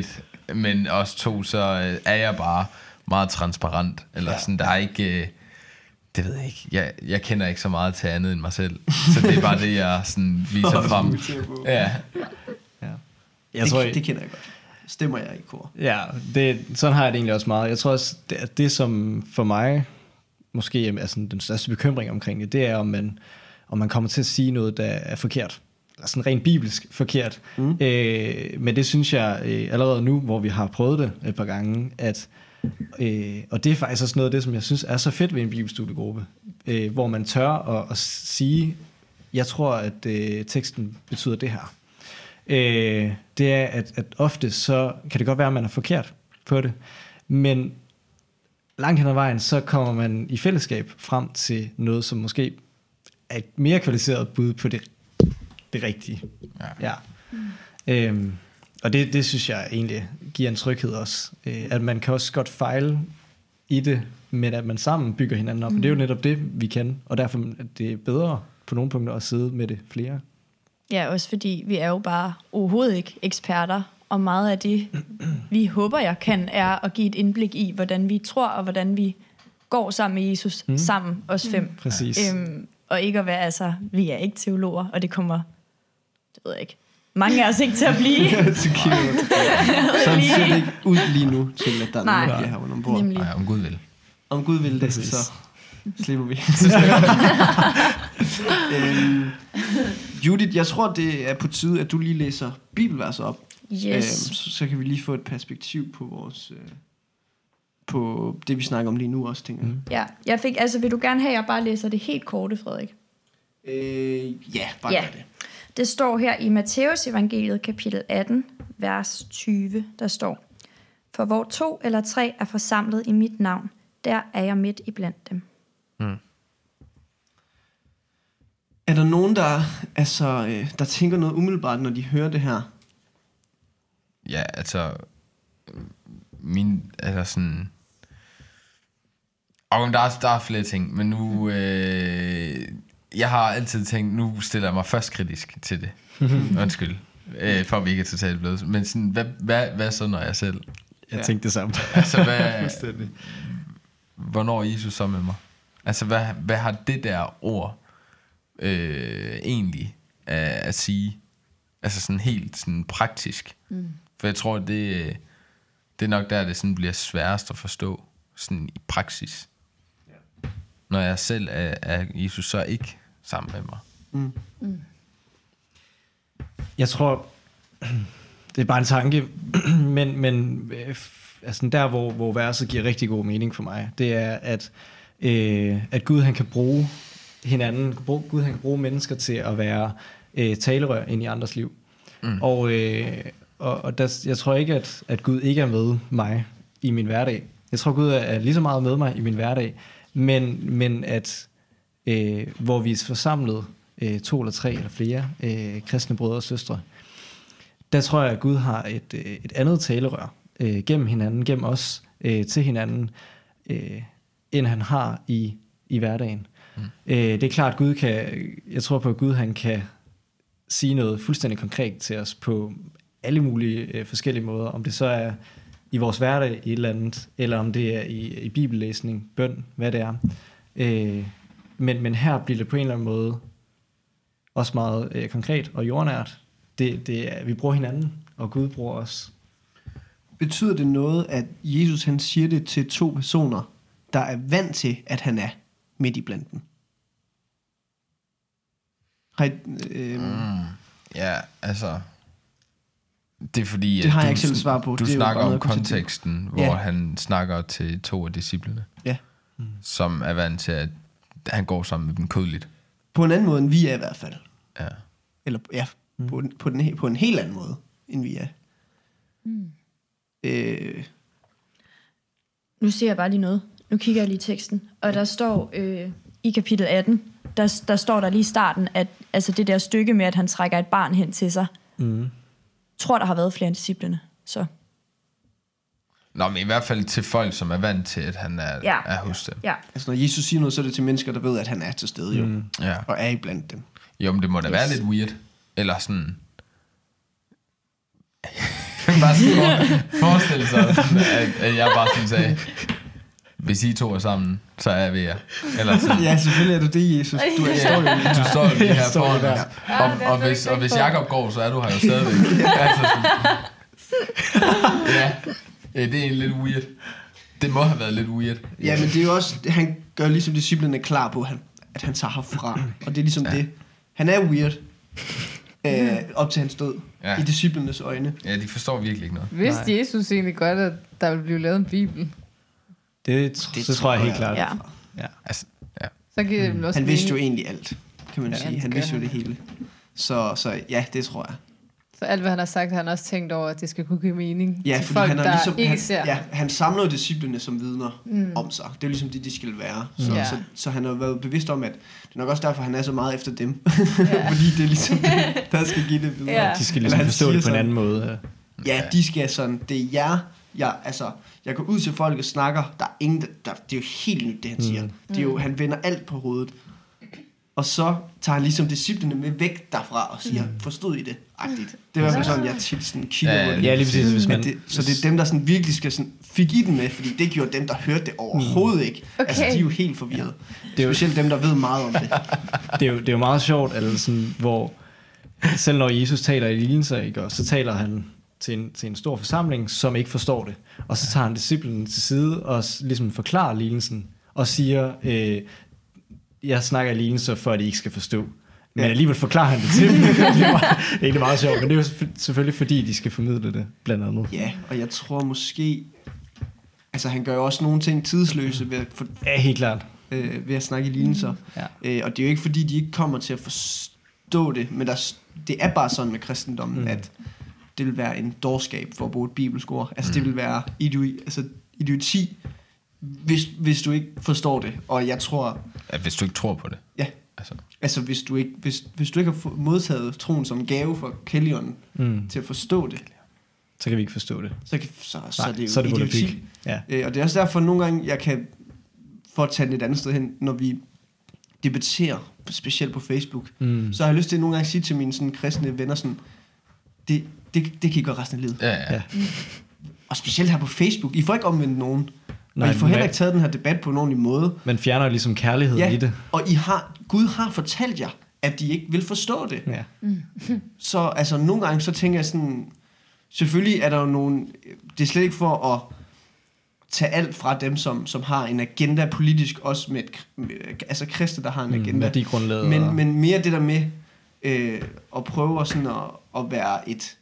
men også to, så øh, er jeg bare meget transparent. Eller ja. sådan, der er ikke... Øh, det ved jeg ikke. Jeg, jeg kender ikke så meget til andet end mig selv. Så det er bare det, jeg sådan viser frem. Ja. Ja. Jeg tror, det, det kender jeg godt. Stemmer jeg i kor. Ja, det, sådan har jeg det egentlig også meget. Jeg tror også, det, at det som for mig måske er sådan, den største bekymring omkring det, det er, om man, om man kommer til at sige noget, der er forkert. Eller sådan rent bibelsk forkert. Mm. Øh, men det synes jeg øh, allerede nu, hvor vi har prøvet det et par gange, at Øh, og det er faktisk også noget af det, som jeg synes er så fedt ved en bibelstudiegruppe, øh, hvor man tør at, at sige, jeg tror, at øh, teksten betyder det her. Øh, det er, at, at ofte så kan det godt være, at man er forkert på det, men langt hen ad vejen, så kommer man i fællesskab frem til noget, som måske er et mere kvalificeret bud på det, det rigtige. Ja. Ja. Mm. Øh, Og det, det synes jeg egentlig giver en tryghed også. Øh, at man kan også godt fejle i det, men at man sammen bygger hinanden op. Mm. Og det er jo netop det, vi kan. Og derfor er det bedre på nogle punkter at sidde med det flere. Ja, også fordi vi er jo bare overhovedet ikke eksperter. Og meget af det, vi håber jeg kan, er at give et indblik i, hvordan vi tror, og hvordan vi går sammen med Jesus, mm. sammen, os fem. Mm. Præcis. Øhm, og ikke at være, altså, vi er ikke teologer, og det kommer, det ved jeg ikke, mange af os ikke til at blive. Sådan ser det ikke ud lige nu, til at der er Nej. nogen, der bliver her ombord. Nej, om Gud vil. Om Gud vil det, Præcis. så slipper vi. øhm, Judith, jeg tror, det er på tide, at du lige læser bibelverser op. Yes. Øhm, så, så kan vi lige få et perspektiv på vores... Øh, på det, vi snakker om lige nu også, tænker jeg. Mm. Ja, jeg fik, altså vil du gerne have, at jeg bare læser det helt korte, Frederik? Øh, ja, bare Ja. gør det. Det står her i Matteus evangeliet kapitel atten, vers tyve, der står: For hvor to eller tre er forsamlet i mit navn, der er jeg midt i blandt dem. Mm. Er der nogen, der, altså, øh, der tænker noget umiddelbart, når de hører det her? Ja, altså... Min... Altså sådan... Og der er, der er flere ting, men nu... Øh, jeg har altid tænkt, nu stiller jeg mig først kritisk til det. Undskyld. Øh, for at vi ikke er totalt blevet. Men sådan, hvad, hvad, hvad så, når jeg selv... Jeg Ja. tænkte det samme. Altså, hvad... Hvornår er Jesus så med mig? Altså, hvad, hvad har det der ord øh, egentlig at, at sige? Altså sådan helt sådan praktisk. Mm. For jeg tror, det, det er nok der, det sådan bliver sværest at forstå sådan i praksis. Ja. Når jeg selv er, er Jesus så ikke sammen med mig. Mm. Mm. Jeg tror, det er bare en tanke, men, men altså der, hvor, hvor verset giver rigtig god mening for mig, det er, at, øh, at Gud han kan bruge hinanden, Gud han kan bruge mennesker til at være øh, talerør ind i andres liv. Mm. Og, øh, og, og der, jeg tror ikke, at, at Gud ikke er med mig i min hverdag. Jeg tror, Gud er, er lige så meget med mig i min hverdag, men, men at øh, hvor vi er forsamlet, øh, to eller tre eller flere øh, kristne brødre og søstre, der tror jeg, at Gud har et, øh, et andet talerør øh, gennem hinanden, gennem os, øh, til hinanden, øh, end han har i, i hverdagen. Mm. Øh, det er klart, at Gud kan, jeg tror på, at Gud han kan sige noget fuldstændig konkret til os på alle mulige øh, forskellige måder, om det så er i vores hverdag i et eller andet, eller om det er i, i bibellæsning, bøn, hvad det er. Øh, men, men her bliver det på en eller anden måde også meget øh, konkret og jordnært. Det, det er, vi bruger hinanden, og Gud bruger os. Betyder det noget, at Jesus han siger det til to personer, der er vant til, at han er midt i blandt dem? Har I, øh, Mm. Ja, altså... Det er fordi, Det har at jeg du, ikke selv svar på. du Det er jo snakker bare noget, om jeg kunne sige til. konteksten, hvor Ja. han snakker til to af disciplene, Ja. Mm. som er vant til, at han går sammen med dem kødeligt. På en anden måde, end vi er i hvert fald. Ja. Eller ja, mm. på, på, den, he- på en helt anden måde, end vi er. Mm. Øh, Nu siger jeg bare lige noget. Nu kigger jeg lige i teksten. Og der står øh, i kapitel atten, der, der står der lige i starten, at altså det der stykke med, at han trækker et barn hen til sig, Mm. tror, der har været flere end disciplene. Så Nå, men i hvert fald til folk, som er vant til, at han er, Ja. er hos dem. ja. altså når Jesus siger noget, så er det til mennesker, der ved, at han er til stede jo. Mm. Ja. Og er iblandt dem. Jo, men det må da Yes. være lidt weird. Eller sådan... bare sådan for, forestille sig, sådan, at, at jeg bare sådan sagde, hvis I to er sammen, så er jeg ved jer. Eller sådan. Ja, selvfølgelig er du det, Jesus. Du er står jo Du står jo lige her står foran der. os. Og, og, hvis, og hvis Jacob går, så er du her jo stadigvæk. Altså sådan. Ja, ja, det er egentlig lidt weird. Det må have været lidt weird. Ja, men det er jo også, han gør ligesom disciplene klar på, at han, at han tager herfra. Og det er ligesom ja. det. Han er weird. Øh, op til hans død. Ja. I disciplenes øjne. Ja, de forstår virkelig ikke noget. Vidste Nej. Jesus egentlig godt, at der ville blive lavet en bibel? Det, det, det tror jeg helt klart. Ja. Ja. Altså, ja. Så giver det vel også Han vidste jo mening. egentlig alt, kan man Ja, sige. det Han gør vidste jo han. det hele. Så, så ja, det tror jeg. Så alt, hvad han har sagt, har han også tænkt over, at det skal kunne give mening Ja, til fordi folk, han, har der ligesom, ikke han, ser. ja, han samler jo disciplene som vidner Mm. om sig. Det er jo ligesom det, de skal være. Så, Ja. så, så han har været bevidst om, at det er nok også derfor, han er så meget efter dem. Ja. Fordi det er ligesom det, der skal give det videre. Ja. De skal Eller ligesom han forstå det siger på en sådan, anden måde. Ja, de skal sådan, det er jer, jeg, altså, jeg går ud til folk og snakker, der er ingen, der, der, det er jo helt nyt, det han siger. Mm. Det er jo, han vender alt på hovedet. Og så tager han ligesom disciplene med væk derfra og siger, forstod I det? Agtigt. Det er i hvert fald sådan, jeg tit sådan kigger Ja, på det. Ja, lige præcis. Hvis Men man, det, så det er dem, der sådan virkelig skal sådan, fik i den med, fordi det gjorde dem, der hørte det overhovedet ikke. Okay. Altså, de er jo helt forvirret. Det er jo- Specielt dem, der ved meget om det. det, er jo, det er jo meget sjovt, altså sådan, hvor selv når Jesus taler i lignelser, ikke, og så taler han til en, til en stor forsamling, som ikke forstår det. Og så tager han disciplen til side og s- ligesom forklarer lignelsen, og siger, øh, jeg snakker i lignelser, for at I ikke skal forstå. Men Ja. alligevel forklarer han det til dem. Det er meget- det er egentlig meget sjovt, men det er jo selvfø- selvfølgelig fordi, de skal formidle det, blandt andet. Ja, og jeg tror måske... Altså, han gør jo også nogle ting tidsløse ved at, for, Ja, helt klart. øh, ved at snakke i lignelser. Ja. Øh, og det er jo ikke, fordi de ikke kommer til at forstå det, men der, s- det er bare sådan med kristendommen, Mm. mm. at det vil være en dårskab for at bruge et bibelsk ord. Altså, det vil være idioti, altså, idioti, hvis, hvis du ikke forstår det. Og jeg tror... Ja, hvis du ikke tror på det. Ja, Altså. altså hvis du ikke, hvis, hvis du ikke har få- modtaget troen som gave fra Helligånden Mm. til at forstå det, Så kan vi ikke forstå det. så, kan, så, så Nej, er det jo så er det idioti. volapyk. Ja. Øh, og det er også derfor, at nogle gange, jeg kan, for at tage den et andet sted hen, når vi debatterer, specielt på Facebook, Mm. så har jeg lyst til at nogle gange sige til mine sådan, kristne venner sådan, det, det, det kan I gøre resten af livet. Ja, ja. Ja. Og specielt her på Facebook, I får ikke omvendt nogen. Nej, og I får heller men- ikke taget den her debat på en ordentlig måde. Man fjerner jo ligesom kærligheden Ja, i det. og I har, Gud har fortalt jer, at de ikke vil forstå det. Ja. Så altså nogle gange, så tænker jeg sådan, selvfølgelig er der jo nogen, det er slet ikke for at tage alt fra dem, som, som har en agenda politisk, også med, et, med altså kristne, der har en Mm, agenda. værdigrundlaget. Men, og- men mere det der med øh, at prøve sådan at, at være et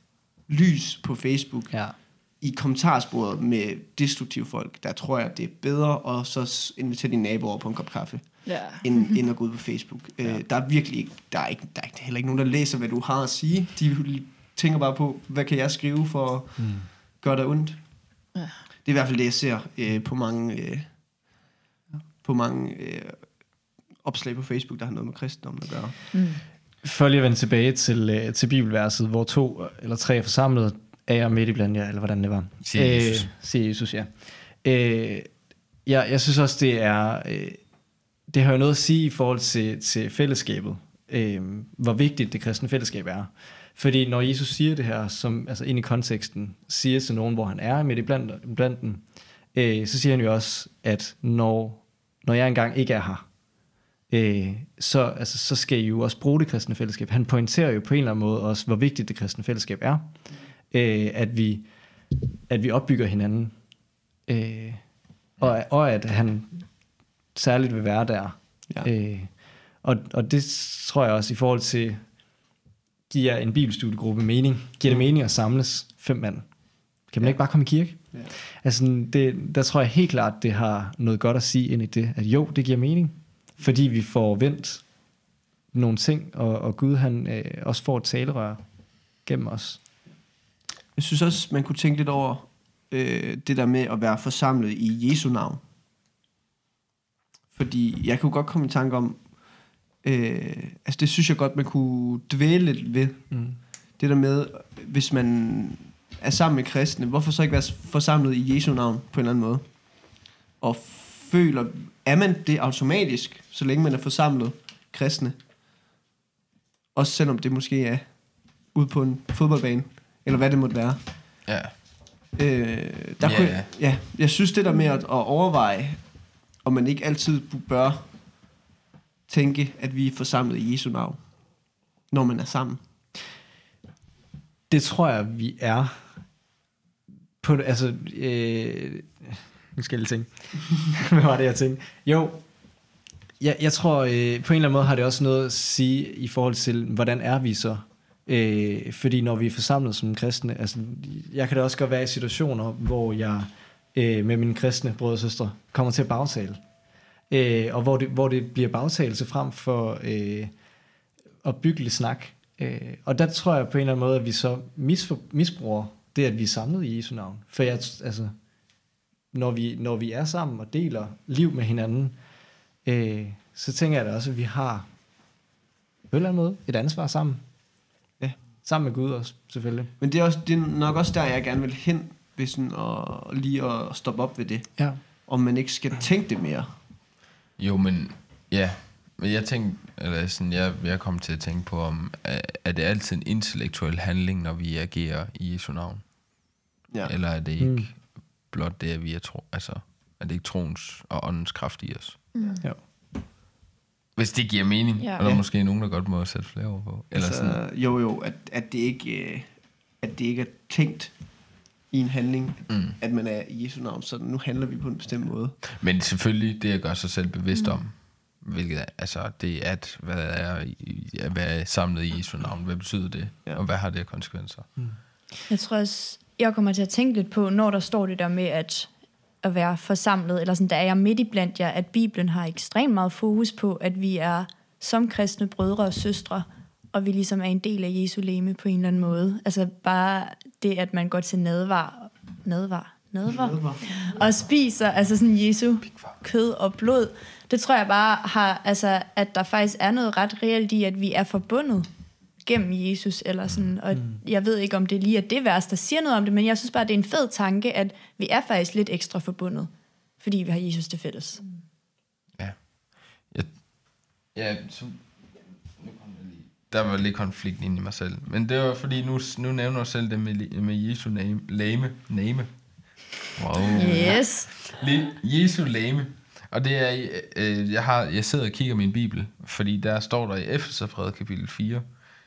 lys på Facebook Ja. i kommentarsporet med destruktive folk, der tror jeg, det er bedre at så s- invitere dine naboer på en kop kaffe, Ja. end, end at gå ud på Facebook. Ja. Øh, der er virkelig ikke, der er, ikke, der er ikke, heller ikke nogen, der læser, hvad du har at sige. De tænker bare på, hvad kan jeg skrive for at Mm. gøre dig ondt. Ja. Det er i hvert fald det, jeg ser øh, på mange, øh, på mange øh, opslag på Facebook, der har noget med kristendommen at gøre. Mm. For lige at vende tilbage til, øh, til bibelverset, hvor to eller tre er forsamlet, er jeg midt i blandt jer, eller hvordan det var. Siger Jesus. Øh, siger Jesus, ja. Øh, jeg, jeg synes også, det er... Øh, det har jo noget at sige i forhold til, til fællesskabet. Øh, hvor vigtigt det kristne fællesskab er. Fordi når Jesus siger det her, som, altså ind i konteksten, siger til nogen, hvor han er midt i blandt, blandt dem, øh, så siger han jo også, at når, når jeg engang ikke er her, øh, så, altså, så skal I jo også bruge det kristne fællesskab. Han pointerer jo på en eller anden måde også, hvor vigtigt det kristne fællesskab er. Øh, at, vi, at vi opbygger hinanden. Øh, og, og at han særligt vil være der. Ja. Øh, og, og det tror jeg også i forhold til, giver en bibelstudiegruppe mening. Giver det mening at samles fem mand? Kan man Ja. ikke bare komme i kirke? Ja. Altså, det, der tror jeg helt klart, det har noget godt at sige ind i det, at jo, det giver mening, fordi vi får vendt nogle ting, og, og Gud han øh, også får et talerør gennem os. Jeg synes også, man kunne tænke lidt over øh, det der med at være forsamlet i Jesu navn. Fordi jeg kunne godt komme i tanke om, øh, altså det synes jeg godt, man kunne dvæle lidt ved. Mm. Det der med, hvis man er sammen med kristne, hvorfor så ikke være forsamlet i Jesu navn på en eller anden måde? Og føler, er man det automatisk, så længe man er forsamlet kristne? Også selvom det måske er ude på en fodboldbane, eller hvad det måtte være. Ja. Øh, der Ja. kunne, ja, jeg synes det der med at, at overveje, om man ikke altid bør tænke, at vi er forsamlet i Jesu navn, når man er sammen. Det tror jeg, vi er. På, altså, øh, nu skal jeg lige tænke. Hvad var det, jeg tænkte? Jo, jeg, jeg tror, øh, på en eller anden måde har det også noget at sige i forhold til, hvordan er vi så? Øh, fordi når vi er forsamlet som kristne, altså, jeg kan da også godt være i situationer, hvor jeg øh, med mine kristne brødre og søstre kommer til at bagtale. Øh, og hvor det, hvor det bliver bagtagelse frem for øh, opbyggelig snak. Øh, og der tror jeg på en eller anden måde, at vi så misfor, misbruger det, at vi er samlet i Jesu navn. For jeg, altså, når vi, når vi er sammen og deler liv med hinanden, øh, så tænker jeg da også, at vi har på en eller anden måde et ansvar sammen. Ja. Sammen med Gud også, selvfølgelig. Men det er, også, det er nok også der, jeg gerne vil hen, hvis sådan at, lige at stoppe op ved det. Ja. Om man ikke skal tænke det mere. Jo, men ja, men jeg tænkte, eller sådan, jeg, jeg kom til at tænke på, om er, er det altid en intellektuel handling, når vi agerer i Jesu navn? Ja. Eller er det ikke Mm. blot det, at vi er tro, altså, er det ikke troens og åndens kraft i os? Mm. Jo. Hvis det giver mening, Ja. og der er Ja. måske nogen, der godt må sætte flere ord på. Eller Altså, sådan. jo jo, at, at, det ikke, øh, at det ikke er tænkt i en handling, Mm. at man er i Jesu navn, så nu handler vi på en bestemt måde. Men selvfølgelig det at gøre sig selv bevidst mm. om, hvilket er, altså det er, at hvad er i- at være samlet i Jesu navn, hvad betyder det, Ja. og hvad har det af konsekvenser? Mm. Jeg tror også, jeg kommer til at tænke lidt på, når der står det der med at, at være forsamlet, eller sådan, der er jeg midt i blandt jer, at Bibelen har ekstremt meget fokus på, at vi er som kristne brødre og søstre, og vi ligesom er en del af Jesu legeme på en eller anden måde. Altså bare det, at man går til nadvar, nadvar, nadvar, og spiser altså sådan Jesu kød og blod. Det tror jeg bare har, altså, at der faktisk er noget ret reelt i, at vi er forbundet gennem Jesus, eller sådan, og mm. jeg ved ikke, om det lige er det vers, der siger noget om det, men jeg synes bare, det er en fed tanke, at vi er faktisk lidt ekstra forbundet, fordi vi har Jesus til fælles. Ja. Jeg, ja, så, nu kom jeg lige. Der var lidt konflikt inde i mig selv. Men det var fordi, nu, nu nævner jeg selv det med, med Jesu name. Lame. Name. Wow. Yes. Le, Jesu lame. Og det er, øh, jeg, har, jeg sidder og kigger min bibel, fordi der står der i Efeserbrevet kapitel fire,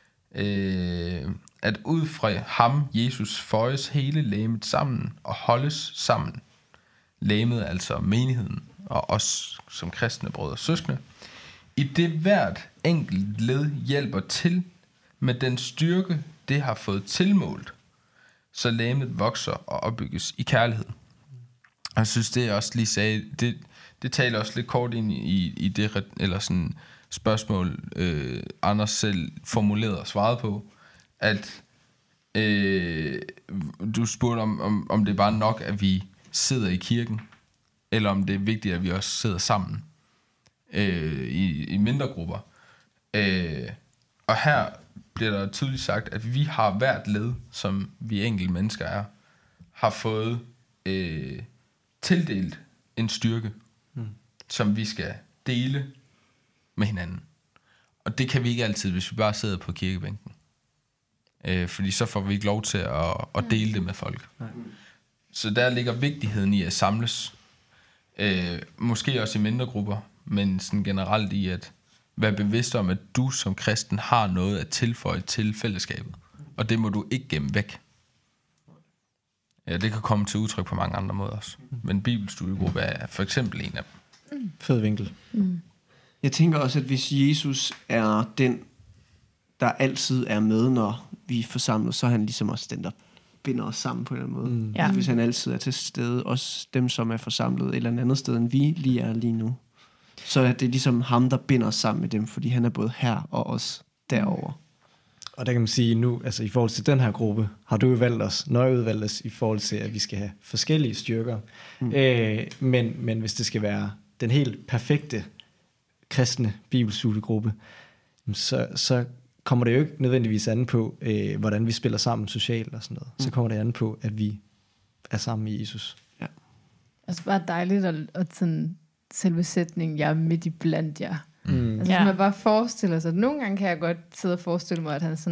øh, at ud fra ham, Jesus, føjes hele lægemet sammen og holdes sammen. Lægemet, altså menigheden, og os som kristne brødre og søskende, i det hvert enkelt led hjælper til med den styrke, det har fået tilmålt, så lægemet vokser og opbygges i kærlighed. Og jeg synes, det jeg også lige sagde, det, det taler også lidt kort ind i, i det eller sådan spørgsmål, øh, Anders selv formulerede og svarede på, at øh, du spurgte om, om, om det er bare nok, at vi sidder i kirken, eller om det er vigtigt, at vi også sidder sammen øh, i, i mindre grupper. Øh, og her bliver der tydeligt sagt, at vi har hvert led, som vi enkelte mennesker er, har fået øh, tildelt en styrke, mm. som vi skal dele med hinanden. Og det kan vi ikke altid, hvis vi bare sidder på kirkebænken. Øh, fordi så får vi ikke lov til at, at dele det med folk. Nej. Så der ligger vigtigheden i at samles. Øh, måske også i mindre grupper, men sådan generelt i at være bevidst om, at du som kristen har noget at tilføje til fællesskabet. Og det må du ikke gemme væk. Ja, det kan komme til udtryk på mange andre måder også. Men bibelstudiegruppe er for eksempel en af dem. Fed vinkel. Mm. Jeg tænker også, at hvis Jesus er den, der altid er med, når vi er forsamlet, så er han ligesom også den, der binder os sammen på en eller anden måde. Mm. Ja. Hvis han altid er til stede, også dem, som er forsamlet et eller andet sted, end vi lige er lige nu, så er det ligesom ham, der binder os sammen med dem, fordi han er både her og os derovre. Og der kan man sige nu, altså i forhold til den her gruppe, har du jo valgt os, nøje udvalgt os i forhold til, at vi skal have forskellige styrker. Mm. Øh, men, men hvis det skal være den helt perfekte kristne bibelstudiegruppe, så, så kommer det jo ikke nødvendigvis an på, øh, hvordan vi spiller sammen socialt og sådan noget. Mm. Så kommer det an på, at vi er sammen i Jesus. Ja. Altså bare dejligt at, at sådan selve sætningen, jeg er midt i blandt jer. Mm. Altså Ja. hvis man bare forestiller sig, at nogle gange kan jeg godt sidde og forestille mig, at han sådan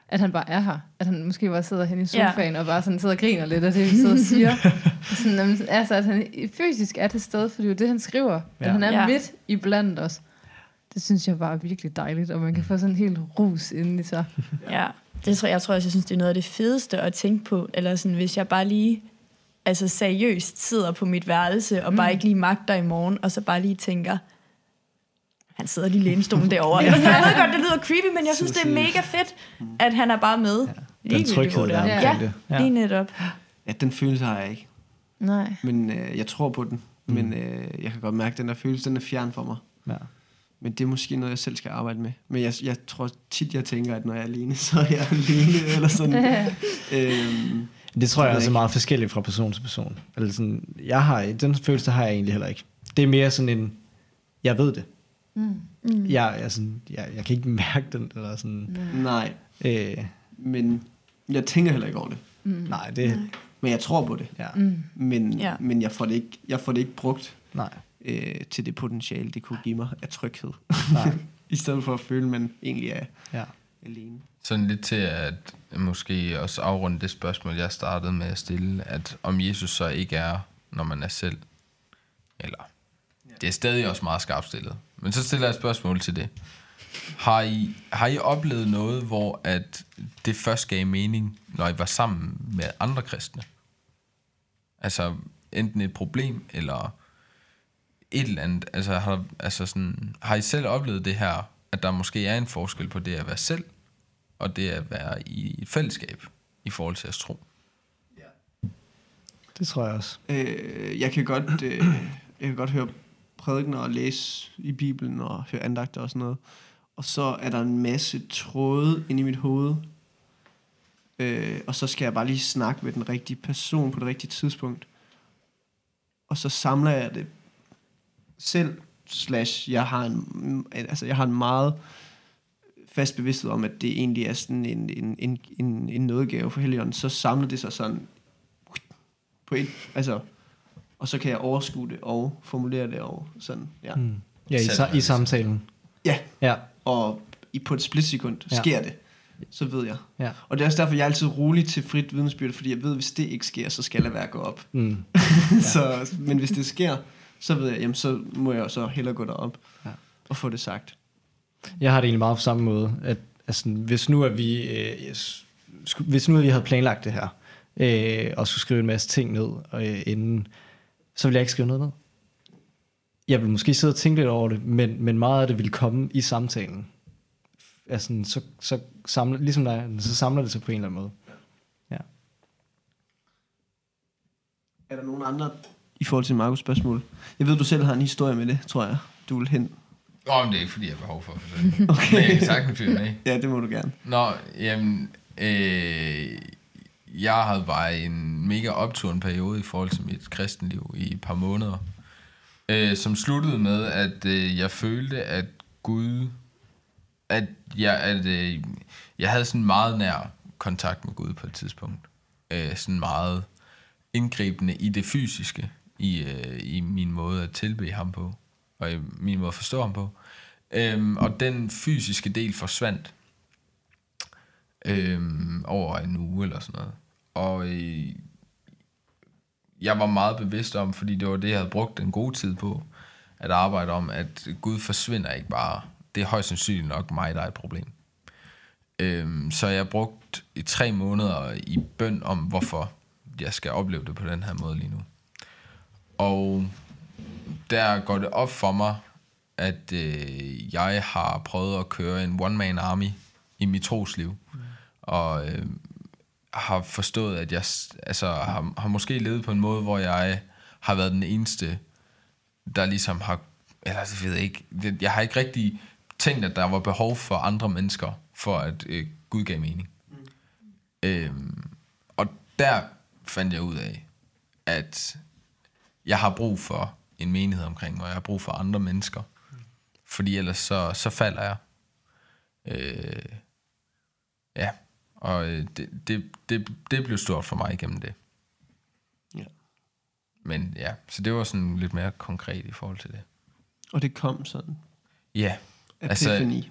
at han bare er her. At han måske bare sidder hen i sofaen ja. og bare sådan sidder og griner lidt af det, vi sidder og siger. sådan, altså, at han fysisk er til stede, for det er jo det, han skriver. Ja. At han er ja. midt i blandt os. Det synes jeg bare er virkelig dejligt, og man kan få sådan en helt rus inden i sig. Ja, det tror jeg, jeg tror også, jeg synes, det er noget af det fedeste at tænke på. Eller sådan, hvis jeg bare lige altså seriøst sidder på mit værelse, og mm. bare ikke lige magter i morgen, og så bare lige tænker, han sidder lige i lænestolen derovre. Jeg ved godt, det lyder creepy, men jeg synes, det er mega fedt, at han er bare med. Ja, den tryghed, der er omkring det. Ja, lige netop. Ja, den følelse har jeg ikke. Nej. Men øh, jeg tror på den. Mm. Men øh, jeg kan godt mærke, at den der følelse, den er fjern for mig. Ja. Men det er måske noget, jeg selv skal arbejde med. Men jeg, jeg tror tit, jeg tænker, at når jeg er alene, så er jeg alene, eller sådan. øhm, det tror jeg også er meget forskelligt fra person til person. Eller sådan, jeg har, den følelse har jeg egentlig heller ikke. Det er mere sådan en, jeg ved det. Mm. Mm. Jeg, jeg, sådan, jeg, jeg kan ikke mærke den. Eller sådan, Nej, øh, men jeg tænker heller ikke over det. Mm. Nej, det... Men jeg tror på det. Ja. Mm. Men, ja. men jeg, får det ikke, jeg får det ikke brugt. Nej. Øh, til det potentiale, det kunne give mig af tryghed. I stedet for at føle, at man egentlig er ja. alene. Sådan lidt til at måske også afrunde det spørgsmål, jeg startede med at stille, at om Jesus så ikke er, når man er selv. Eller, ja. det er stadig også meget skarpt stillet. Men så stiller jeg et spørgsmål til det. Har I, har I oplevet noget, hvor at det først gav mening, når I var sammen med andre kristne? Altså, enten et problem, eller et eller andet, altså har, altså sådan, har I selv oplevet det her, at der måske er en forskel på det at være selv, og det at være i et fællesskab, i forhold til at tro? Ja. Det tror jeg også. Øh, jeg kan godt, øh, jeg kan godt høre prædikener og læse i Bibelen, og høre andagter og sådan noget, og så er der en masse tråde inde i mit hoved, øh, og så skal jeg bare lige snakke med den rigtige person på det rigtige tidspunkt, og så samler jeg det selv, slash, jeg har en, altså jeg har en meget fast bevidsthed om, at det egentlig er sådan en, en, en, en, en nådegave for Helligånden, så samler det sig sådan på et, altså, og så kan jeg overskue det og formulere det og sådan, ja. Mm. Ja, i, i samtalen. Ja, ja. Og i, på et splitsekund ja. sker det, så ved jeg. Ja. Og det er også derfor, jeg er altid rolig til frit vidnesbyrd, fordi jeg ved, hvis det ikke sker, så skal jeg være at gå op. Mm. så, men hvis det sker, så ved jeg, jamen, så må jeg så hellere gå derop ja. og få det sagt. Jeg har det egentlig meget på samme måde, at altså, hvis nu at vi øh, hvis nu at vi havde planlagt det her øh, og skulle skrive en masse ting ned øh, inden, så ville jeg ikke skrive noget ned. Jeg ville måske sidde og tænke lidt over det, men, men meget af det ville komme i samtalen. Altså, så, så samler, ligesom der, så samler det sig på en eller anden måde. Ja. Er der nogen andre i forhold til Markus' spørgsmål? Jeg ved, du selv har en historie med det, tror jeg. Du vil hen. Åh, men det er ikke, fordi jeg har behov for det. Okay. Men jeg kan sagtens fyre med. Ja, det må du gerne. Nå, jamen, øh, jeg havde bare en mega opturende periode i forhold til mit kristenliv i et par måneder, øh, som sluttede med, at øh, jeg følte, at Gud, at jeg, at, øh, jeg havde sådan meget nær kontakt med Gud på et tidspunkt. Øh, sådan meget indgribende i det fysiske, i, øh, i min måde at tilbede ham på, og i min måde at forstå ham på. Øhm, og den fysiske del forsvandt øhm, over en uge eller sådan noget. Og øh, jeg var meget bevidst om, fordi det var det, jeg havde brugt en god tid på, at arbejde om, at Gud forsvinder ikke bare. Det er højst sandsynligt nok mig, der er et problem. Øhm, så jeg brugte i tre måneder i bøn om, hvorfor jeg skal opleve det på den her måde lige nu. Og der går det op for mig, at øh, jeg har prøvet at køre en one-man army i mit trosliv. Mm. Og øh, har forstået, at jeg altså, har, har måske levet på en måde, hvor jeg har været den eneste, der ligesom har, eller jeg ved ikke, jeg har ikke rigtig tænkt, at der var behov for andre mennesker, for at øh, Gud gav mening. Mm. Øhm, og der fandt jeg ud af, at jeg har brug for en menighed omkring mig, og jeg har brug for andre mennesker. Mm. Fordi ellers så, så falder jeg. Øh, ja, og det, det, det, det blev stort for mig igennem det. Ja. Men ja, så det var sådan lidt mere konkret i forhold til det. Og det kom sådan? Ja. Epiphany. Altså,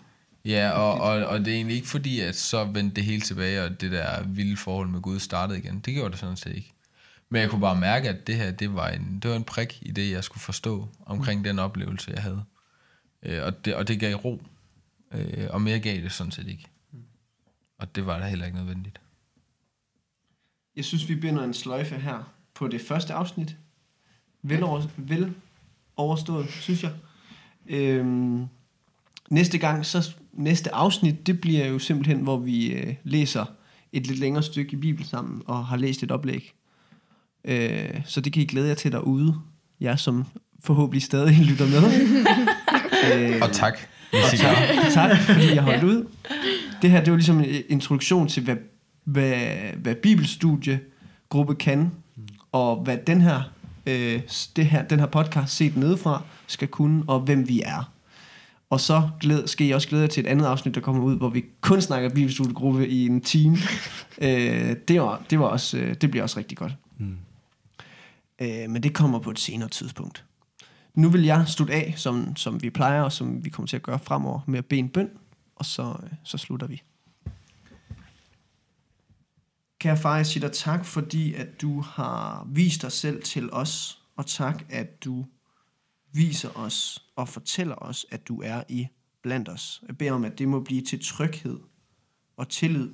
Ja, og, og, og det er egentlig ikke fordi, at så vendte det hele tilbage, og det der vilde forhold med Gud startede igen. Det gjorde det sådan set ikke. Men jeg kunne bare mærke, at det her, det var en, det var en prik i det, jeg skulle forstå omkring mm. den oplevelse, jeg havde. Øh, og, det, og det gav ro. Øh, og mere gav det sådan set ikke. Mm. Og det var da heller ikke nødvendigt. Jeg synes, vi binder en sløjfe her på det første afsnit. Vel, over, vel overstået, synes jeg. Øhm, næste gang, så næste afsnit, det bliver jo simpelthen, hvor vi øh, læser et lidt længere stykke i Bibelen sammen, og har læst et oplæg. Øh, så det kan I glæde jer til derude, jer som forhåbentlig stadig lytter med. øh, og tak. Og tak, tak, fordi jeg holdt ja. ud. Det her, det var ligesom en introduktion til, hvad, hvad, hvad bibelstudiegruppe kan, og hvad den her, øh, det her, den her podcast set nedefra skal kunne, og hvem vi er. Og så glæd, skal I også glæde jer til et andet afsnit, der kommer ud, hvor vi kun snakker bibelstudiegruppe i en time. øh, det, var, det, var også, det bliver også rigtig godt. Mm. Øh, men det kommer på et senere tidspunkt. Nu vil jeg slutte af, som, som vi plejer, og som vi kommer til at gøre fremover, med at bede en bøn, og så, så slutter vi. Kære far, jeg siger dig tak, fordi at du har vist dig selv til os, og tak, at du viser os og fortæller os, at du er i blandt os. Jeg beder om, at det må blive til tryghed og tillid.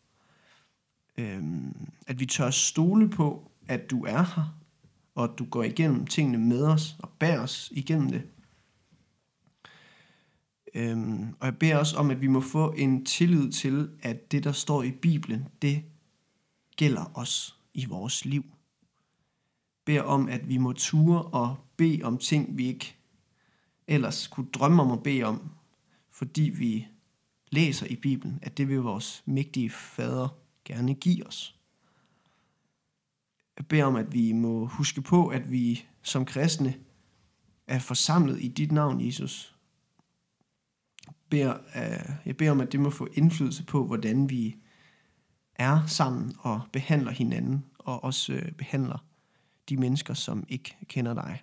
Øhm, at vi tør stole på, at du er her, og at du går igennem tingene med os og bærer os igennem det. Øhm, og jeg beder også om, at vi må få en tillid til, at det, der står i Bibelen, det gælder os i vores liv. Jeg beder om, at vi må ture og bede om ting, vi ikke ellers kunne drømme om at bede om, fordi vi læser i Bibelen, at det vil vores mægtige fader gerne give os. Jeg beder om, at vi må huske på, at vi som kristne er forsamlet i dit navn, Jesus. Jeg beder, jeg beder om, at det må få indflydelse på, hvordan vi er sammen og behandler hinanden, og også behandler de mennesker, som ikke kender dig.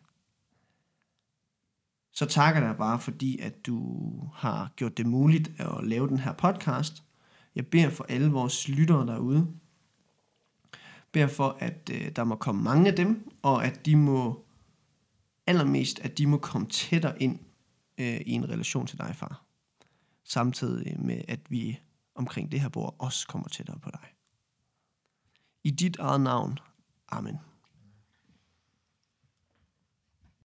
Så takker jeg bare, fordi at du har gjort det muligt at lave den her podcast. Jeg beder for alle vores lyttere derude. Beder for, at øh, der må komme mange af dem, og at de må, allermest, at de må komme tættere ind øh, i en relation til dig, far. Samtidig med, at vi omkring det her bord også kommer tættere på dig. I dit eget navn. Amen.